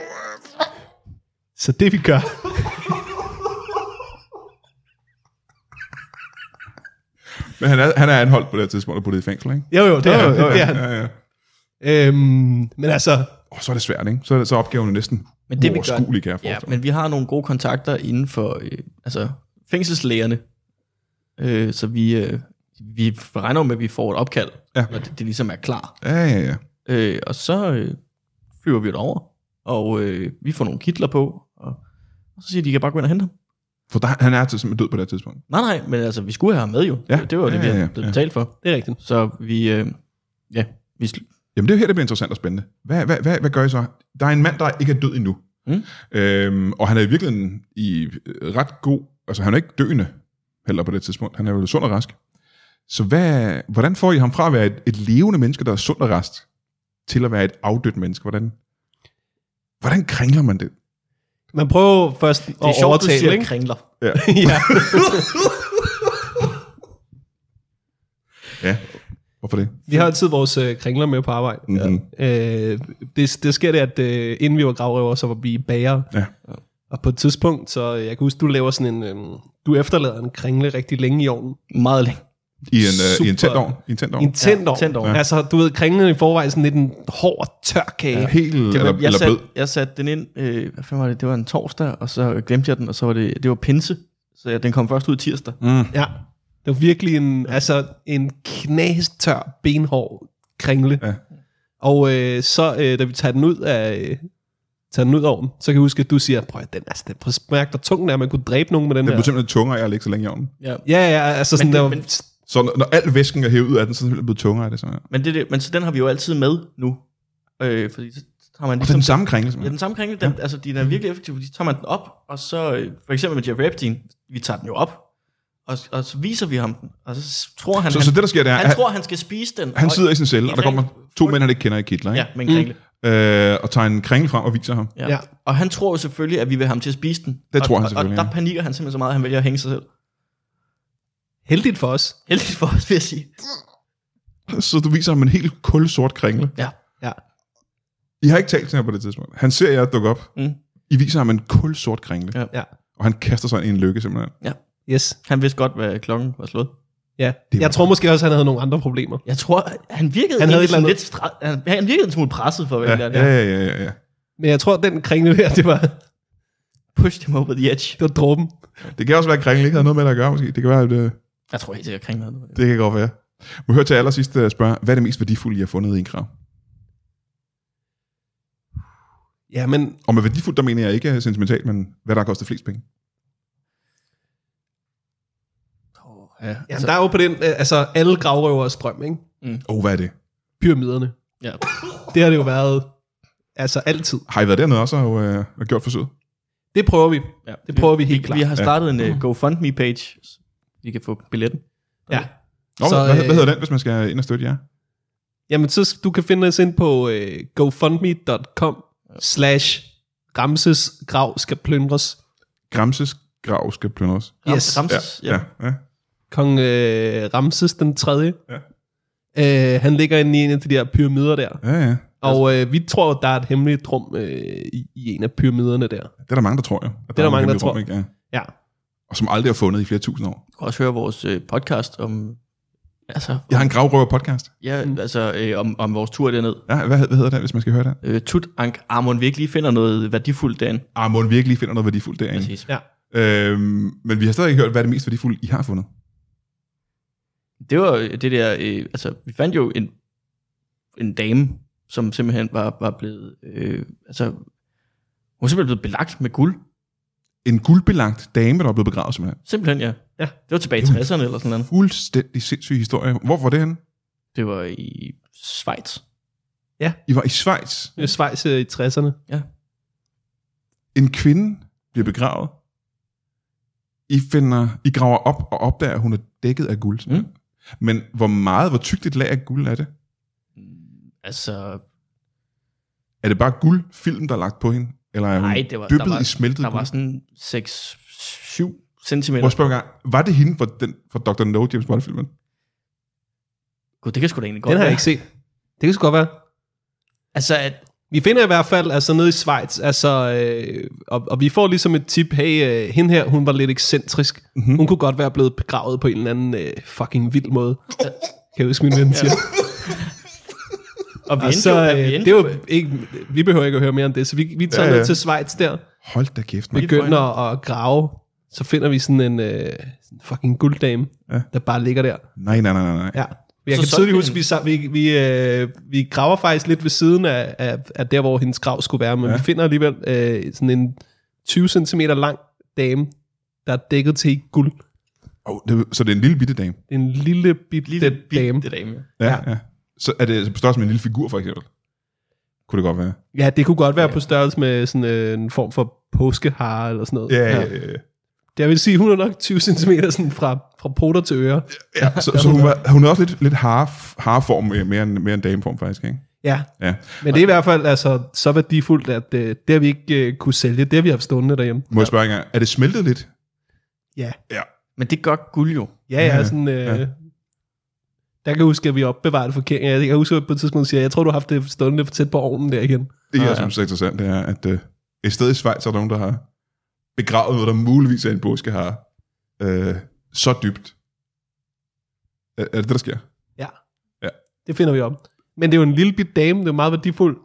Så det vi gør, Men han er, han er anholdt på det her tidspunkt og puttet i fængsel, ikke? jo jo, det er, Jo, jo, jo, det er han. Ja, ja. Øhm, men altså, Oh, så er det svært, ikke? Så er, så er opgaven næsten Men det, vi gør- uoverskuelig, kan jeg Ja, forestille mig. men vi har nogle gode kontakter inden for øh, altså, fængselslægerne. Øh, så vi, øh, vi regner jo med, at vi får et opkald, Ja. når det, det ligesom er klar. Ja, ja, ja. Øh, og så øh, flyver vi derover, og øh, vi får nogle kitler på, og, og så siger de, at de kan bare gå ind og hente ham. For der, han er til simpelthen død på det her tidspunkt. Nej, nej, men altså, vi skulle have ham med jo. Ja. Det, det var jo det, Ja, vi ja, havde ja, blevet ja. betalt for. det er rigtigt. Så vi, øh, ja, vi sl- Jamen det er jo her, det bliver interessant og spændende. Hvad, hvad, hvad, hvad gør I så? Der er en mand, der ikke er død endnu. Mm. Øhm, og han er i virkeligheden i øh, ret god... Altså han er ikke døende heller på det tidspunkt. Han er jo sund og rask. Så hvad, hvordan får I ham fra at være et, et levende menneske, der er sund og rask, til at være et afdødt menneske? Hvordan, hvordan kringler man det? Man prøver først at det er sjovt, du overtale, siger ikke? kringler. Ja. ja. ja. Hvorfor det? Vi har altid vores øh, kringler med på arbejde. Mm-hmm. Øh, det, det sker det, at øh, inden vi var gravrøver, så var vi bager. Ja. Og på et tidspunkt, så øh, jeg kan huske, du laver sådan en... Øh, du efterlader en kringle rigtig længe i ovnen. Meget længe. I en, øh, i en Super. tændovn? I en tændovn? En tændt ovn. Ja, tændt ovn. Ja. Altså, du ved, kringlen i forvejen sådan lidt en hård, tør kage. Ja. Helt Det var, eller, jeg, eller blød? satte, jeg satte den ind, øh, hvad fanden var det, det var en torsdag, og så glemte jeg den, og så var det, det var pinse, så ja, den kom først ud tirsdag. Mm. Ja. Det var virkelig en, altså, en knastør, benhård kringle. Ja. Og øh, så, øh, da vi tager den ud af... Øh, tager den ud af ovnen, så kan jeg huske, at du siger, prøv at den, altså, den, prøv at smærke, der tungen er, man kunne dræbe nogen med den Den der. blev simpelthen tungere af at ligge så længe i ovnen. Ja. Ja, ja, altså sådan Men der det- var, men- Så når, når al væsken er hævet ud af den, så er den simpelthen blevet tungere af det. Så, ja. Men, det, det, men så den har vi jo altid med nu. Øh, fordi så tager man Og det er ligesom... den samme kringle, Ja, simpelthen. den samme kringle, den, ja. altså de er virkelig effektive, fordi så tager man den op, og så, øh, for eksempel med Jeffrey Epstein, vi tager den jo op, og, og så viser vi ham den, og så tror han, Så, han, så det, der sker, det er, han han, tror, han skal spise den. han og, sidder i sin celle, og der kommer to mænd, han ikke kender i kitler, ikke? Ja, med en kringle. Øh, og tager en kringle frem og viser ham. Ja. Ja. Ja. Og han tror jo selvfølgelig, at vi vil have ham til at spise den. Det og, tror han og, selvfølgelig, Og ja. der panikker han simpelthen så meget, at han vælger at hænge sig selv. Heldigt for os. Heldigt for os, vil jeg sige. Så du viser ham en helt kulsort kringle. Ja. Ja. I har ikke talt til ham på det tidspunkt. Han ser jer dukke op. Mm. I viser ham en kulsort kringle. Ja. Ja. Og han kaster sig ind i en lykke, simpelthen. Yes. Han vidste godt, hvad klokken var slået. Ja. Det var Jeg tror måske også, at han havde nogle andre problemer. Jeg tror, han virkede Han havde egentlig et sådan eller lidt stra- han, han virkede en smule presset for, hvad Ja, ja, ja, ja, ja, ja, ja. Men jeg tror, at den kringle der, det var, Pushed him over the edge. Mm. det var dråben. Det kan også være, at kringle ikke havde noget med det at gøre, måske. Det kan være, at øh, Jeg tror helt sikkert, kring noget. det kan godt være. Må jeg høre til allersidst uh, spørge, hvad er det mest værdifulde, I har fundet i en grav? Ja, men Og med værdifuldt, der mener jeg ikke sentimentalt, men hvad der har kostet flest penge. Oh, ja, ja, altså, der er jo på den, øh, altså alle gravrøvers drøm, ikke? Åh, oh, hvad er det? Pyramiderne. ja. Det har det jo været, altså altid. Har I været dernede også og, øh, og gjort forsøget? Det prøver vi. Ja. Det prøver vi helt vi, klart. vi har startet en uh, GoFundMe-page. Vi kan få billetten. Ja. Nå, Så, hvad, hvad øh, hedder den, hvis man skal ind og støtte jer? Jamen, så du kan finde os ind på øh, gofundme punktum com slash Ramses grav skal plyndres. Gramses grav skal plyndres. Yes. Ramses, Ja, ja. Kong øh, Ramses den tredje. Ja. Øh, han ligger inde i en af de der pyramider der. Ja, ja. Og øh, vi tror, der er et hemmeligt rum øh, i, i en af pyramiderne der. Det er der mange, der tror, jo. At Det er der en mange, der hemmelig tror. rum, ikke? Ja. Ja. Og som aldrig har fundet i flere tusind år. Du kan også høre vores øh, podcast om... Altså, Jeg har en gravrøver podcast. ja, mm. altså øh, om, om vores tur derned. Ja, hvad, hvad hedder det, hvis man skal høre det? Øh, Tut Ank Amon virkelig finder noget værdifuldt derinde. Ah, må virkelig finder noget værdifuldt derinde. Præcis. Ja. Øhm, men vi har stadig ikke hørt, hvad er det mest værdifulde, I har fundet. Det var øh, det der... Øh, altså, vi fandt jo en, en dame, som simpelthen var, var blevet... Øh, altså, hun var simpelthen blevet belagt med guld. En guldbelagt dame, der er blevet begravet, simpelthen. Simpelthen, ja. Ja. Det var tilbage i tresserne eller sådan noget. Fuldstændig sindssyg historie. Hvor var det henne? Det var i Schweiz. I var i Schweiz. Det er Schweiz øh, i tresserne. En kvinde bliver begravet. I finder, I graver op og opdager, at hun er dækket af guld. Mm. Men hvor meget, hvor tykt et lag af guld er det? Altså, Er det bare guldfilm, der er lagt på hende? Eller er hun nej, det var, dyppet der var, i smeltet der guld? var sådan seks syv Prøv centimeter. at spørge en gang. Var det hende fra, den, fra doktor No, James Bond-filmen? Gud, det kan sgu da egentlig godt Den har være. jeg ikke set. Det kan sgu godt være. Altså, at, Vi finder i hvert fald, altså nede i Schweiz, altså, øh, og, og vi får ligesom et tip, hey, øh, hende her, hun var lidt ekscentrisk. Mhm. Hun kunne godt være blevet begravet på en eller anden øh, fucking vild måde. Kan jeg huske, min ven siger. og vi Og endte så, jo, øh, at vi endte det jo, var ikke, vi behøver ikke at høre mere om det, så vi, vi tager Ja, ja, ja. ned til Schweiz der, Hold da kæft, man. begynder at grave, så finder vi sådan en øh, sådan fucking gulddame, Ja. der bare ligger der. Nej, nej, nej, nej, nej. Ja. Jeg Så kan solgte tydeligt vi huske, vi, sam- vi, vi, øh, vi graver faktisk lidt ved siden af, af, af der, hvor hendes grav skulle være, men Ja. ja. vi finder alligevel øh, sådan en tyve centimeter lang dame, der er dækket til i guld. Oh, det, så det er en lille bitte dame? Det er en lille bitte lille dame. bitte dame. Ja, Ja. ja. ja. Så er det på størrelse med en lille figur, for eksempel? Kunne det godt være? Ja, det kunne godt være på størrelse med sådan øh, en form for påskehare eller sådan noget. Ja, ja, ja. ja. Jeg vil sige, hun er nok tyve centimeter sådan fra, fra poter til øre. ja så, så hun, var, hun er også lidt, lidt hare, hareform, øh, mere end, mere end dameform, faktisk, ikke? Ja, Ja. men det er i hvert fald altså, så værdifuldt, at øh, det har vi ikke øh, kunne sælge. Det har vi haft stående derhjemme. Må jeg spørge en gang, er det smeltet lidt? Ja, Ja. Men det gør guld jo. ja, ja. Ja, Sådan, øh, ja. Der kan jeg huske, at vi opbevarer det forkert. Jeg kan huske, at på et tidspunkt siger, jeg tror, du har haft det stående for tæt på ovnen der igen. Det, jeg Ah, ja. synes er interessant, det er, at øh, et sted i Schweiz er der nogen, der har begravet noget, der muligvis er en påskehare. Øh, så dybt. Er, er det det, der sker? Ja. Ja. Det finder vi om. Men det er jo en lille bit dame, det er jo meget værdifuldt.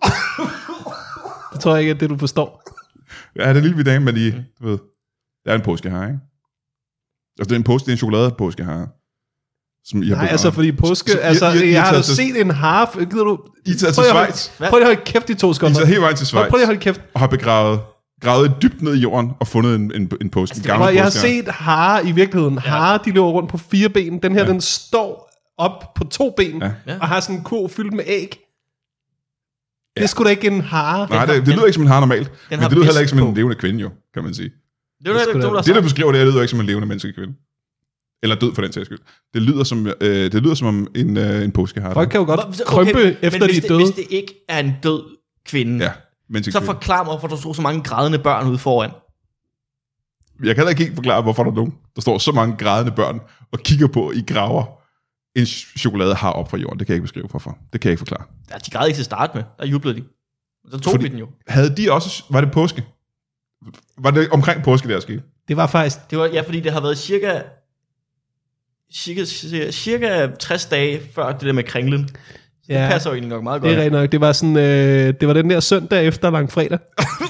Det tror jeg ikke, at det du forstår. Ja, det er en lille bitte dame, men I, du ved, det er en påskehare, ikke? Altså, det er en påske, det er en chokoladepåskehare. Som I har Nej, begravet. altså fordi påske, Så- så- I- altså I- I- I jeg har da tager til- set en harf. Gider du? I er taget til Prøv lige at holde- Schweiz. Prøv lige at holde kæft i to I er sekunder. taget hele vejen til Schweiz. Prøv lige at holde kæft. Og har begravet, gravet dybt ned i jorden og fundet en, en, en påske. En gammel Prøv, jeg har påskehare. set hare i virkeligheden. Hare, de løber rundt på fire ben. Den her, Ja. den står op på to ben, Ja. Ja. og har sådan en kurv fyldt med æg. Det er sgu da ikke en hare. Nej, det, det lyder ikke som en hare normalt, men det lyder heller ikke som en på. levende kvinde, jo, kan man sige. Det, det, det, det, det, der beskriver det, det lyder ikke som en levende menneskekvinde. Eller død for den sags skyld. Det lyder som, øh, det lyder som om en, øh, en påskehare. Folk kan jo godt okay, krympe efter de er døde. Hvis det ikke er en død kvinde, ja, så forklar mig, hvorfor der står så mange grædende børn ude foran. Jeg kan da ikke helt forklare, hvorfor der er nogen, der står så mange grædende børn og kigger på i graver en chokolade har op fra jorden. Det kan jeg ikke beskrive hvorfor. Det kan jeg ikke forklare. Ja, de græd ikke til at starte med. Der jublede de. Så tog Fordi, vi den jo. Havde de også... Var det påske? Var det omkring påske, der skete? Det var faktisk... Det var, ja, fordi det har været cirka... Cirka, cirka tres dage før det der med kringlen. Så ja, det passer jo egentlig nok meget godt. Det er rent nok. Det var, sådan, øh, det var den der søndag efter langfredag.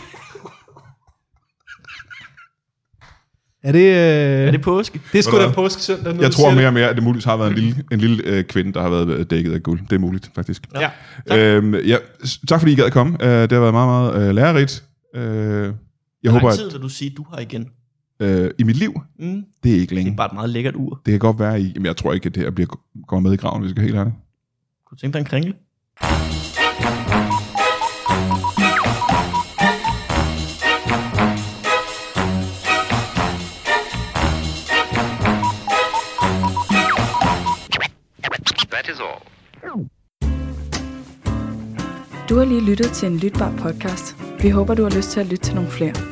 Er det, øh, er det påske? Det er sgu da påskesøndag. Jeg tror mere og mere, at det muligvis har været en lille, en lille øh, kvinde, der har været dækket af guld. Det er muligt, faktisk. Ja. Tak. Øhm, ja, tak fordi I gad at komme. Uh, det har været meget, meget uh, lærerigt. Uh, jeg Hvor håber, lang tid vil du sige, du har igen? Uh, I mit liv? Mm. Det er ikke længe. Det er bare et meget lækkert ur. Det kan godt være, I, men jeg tror ikke, at det her bliver, går med i graven, hvis jeg skal helt ærligt. Kunne du tænke dig en kringle? Du har lige lyttet til en lytbar podcast. Vi håber, du har lyst til at lytte til nogle flere.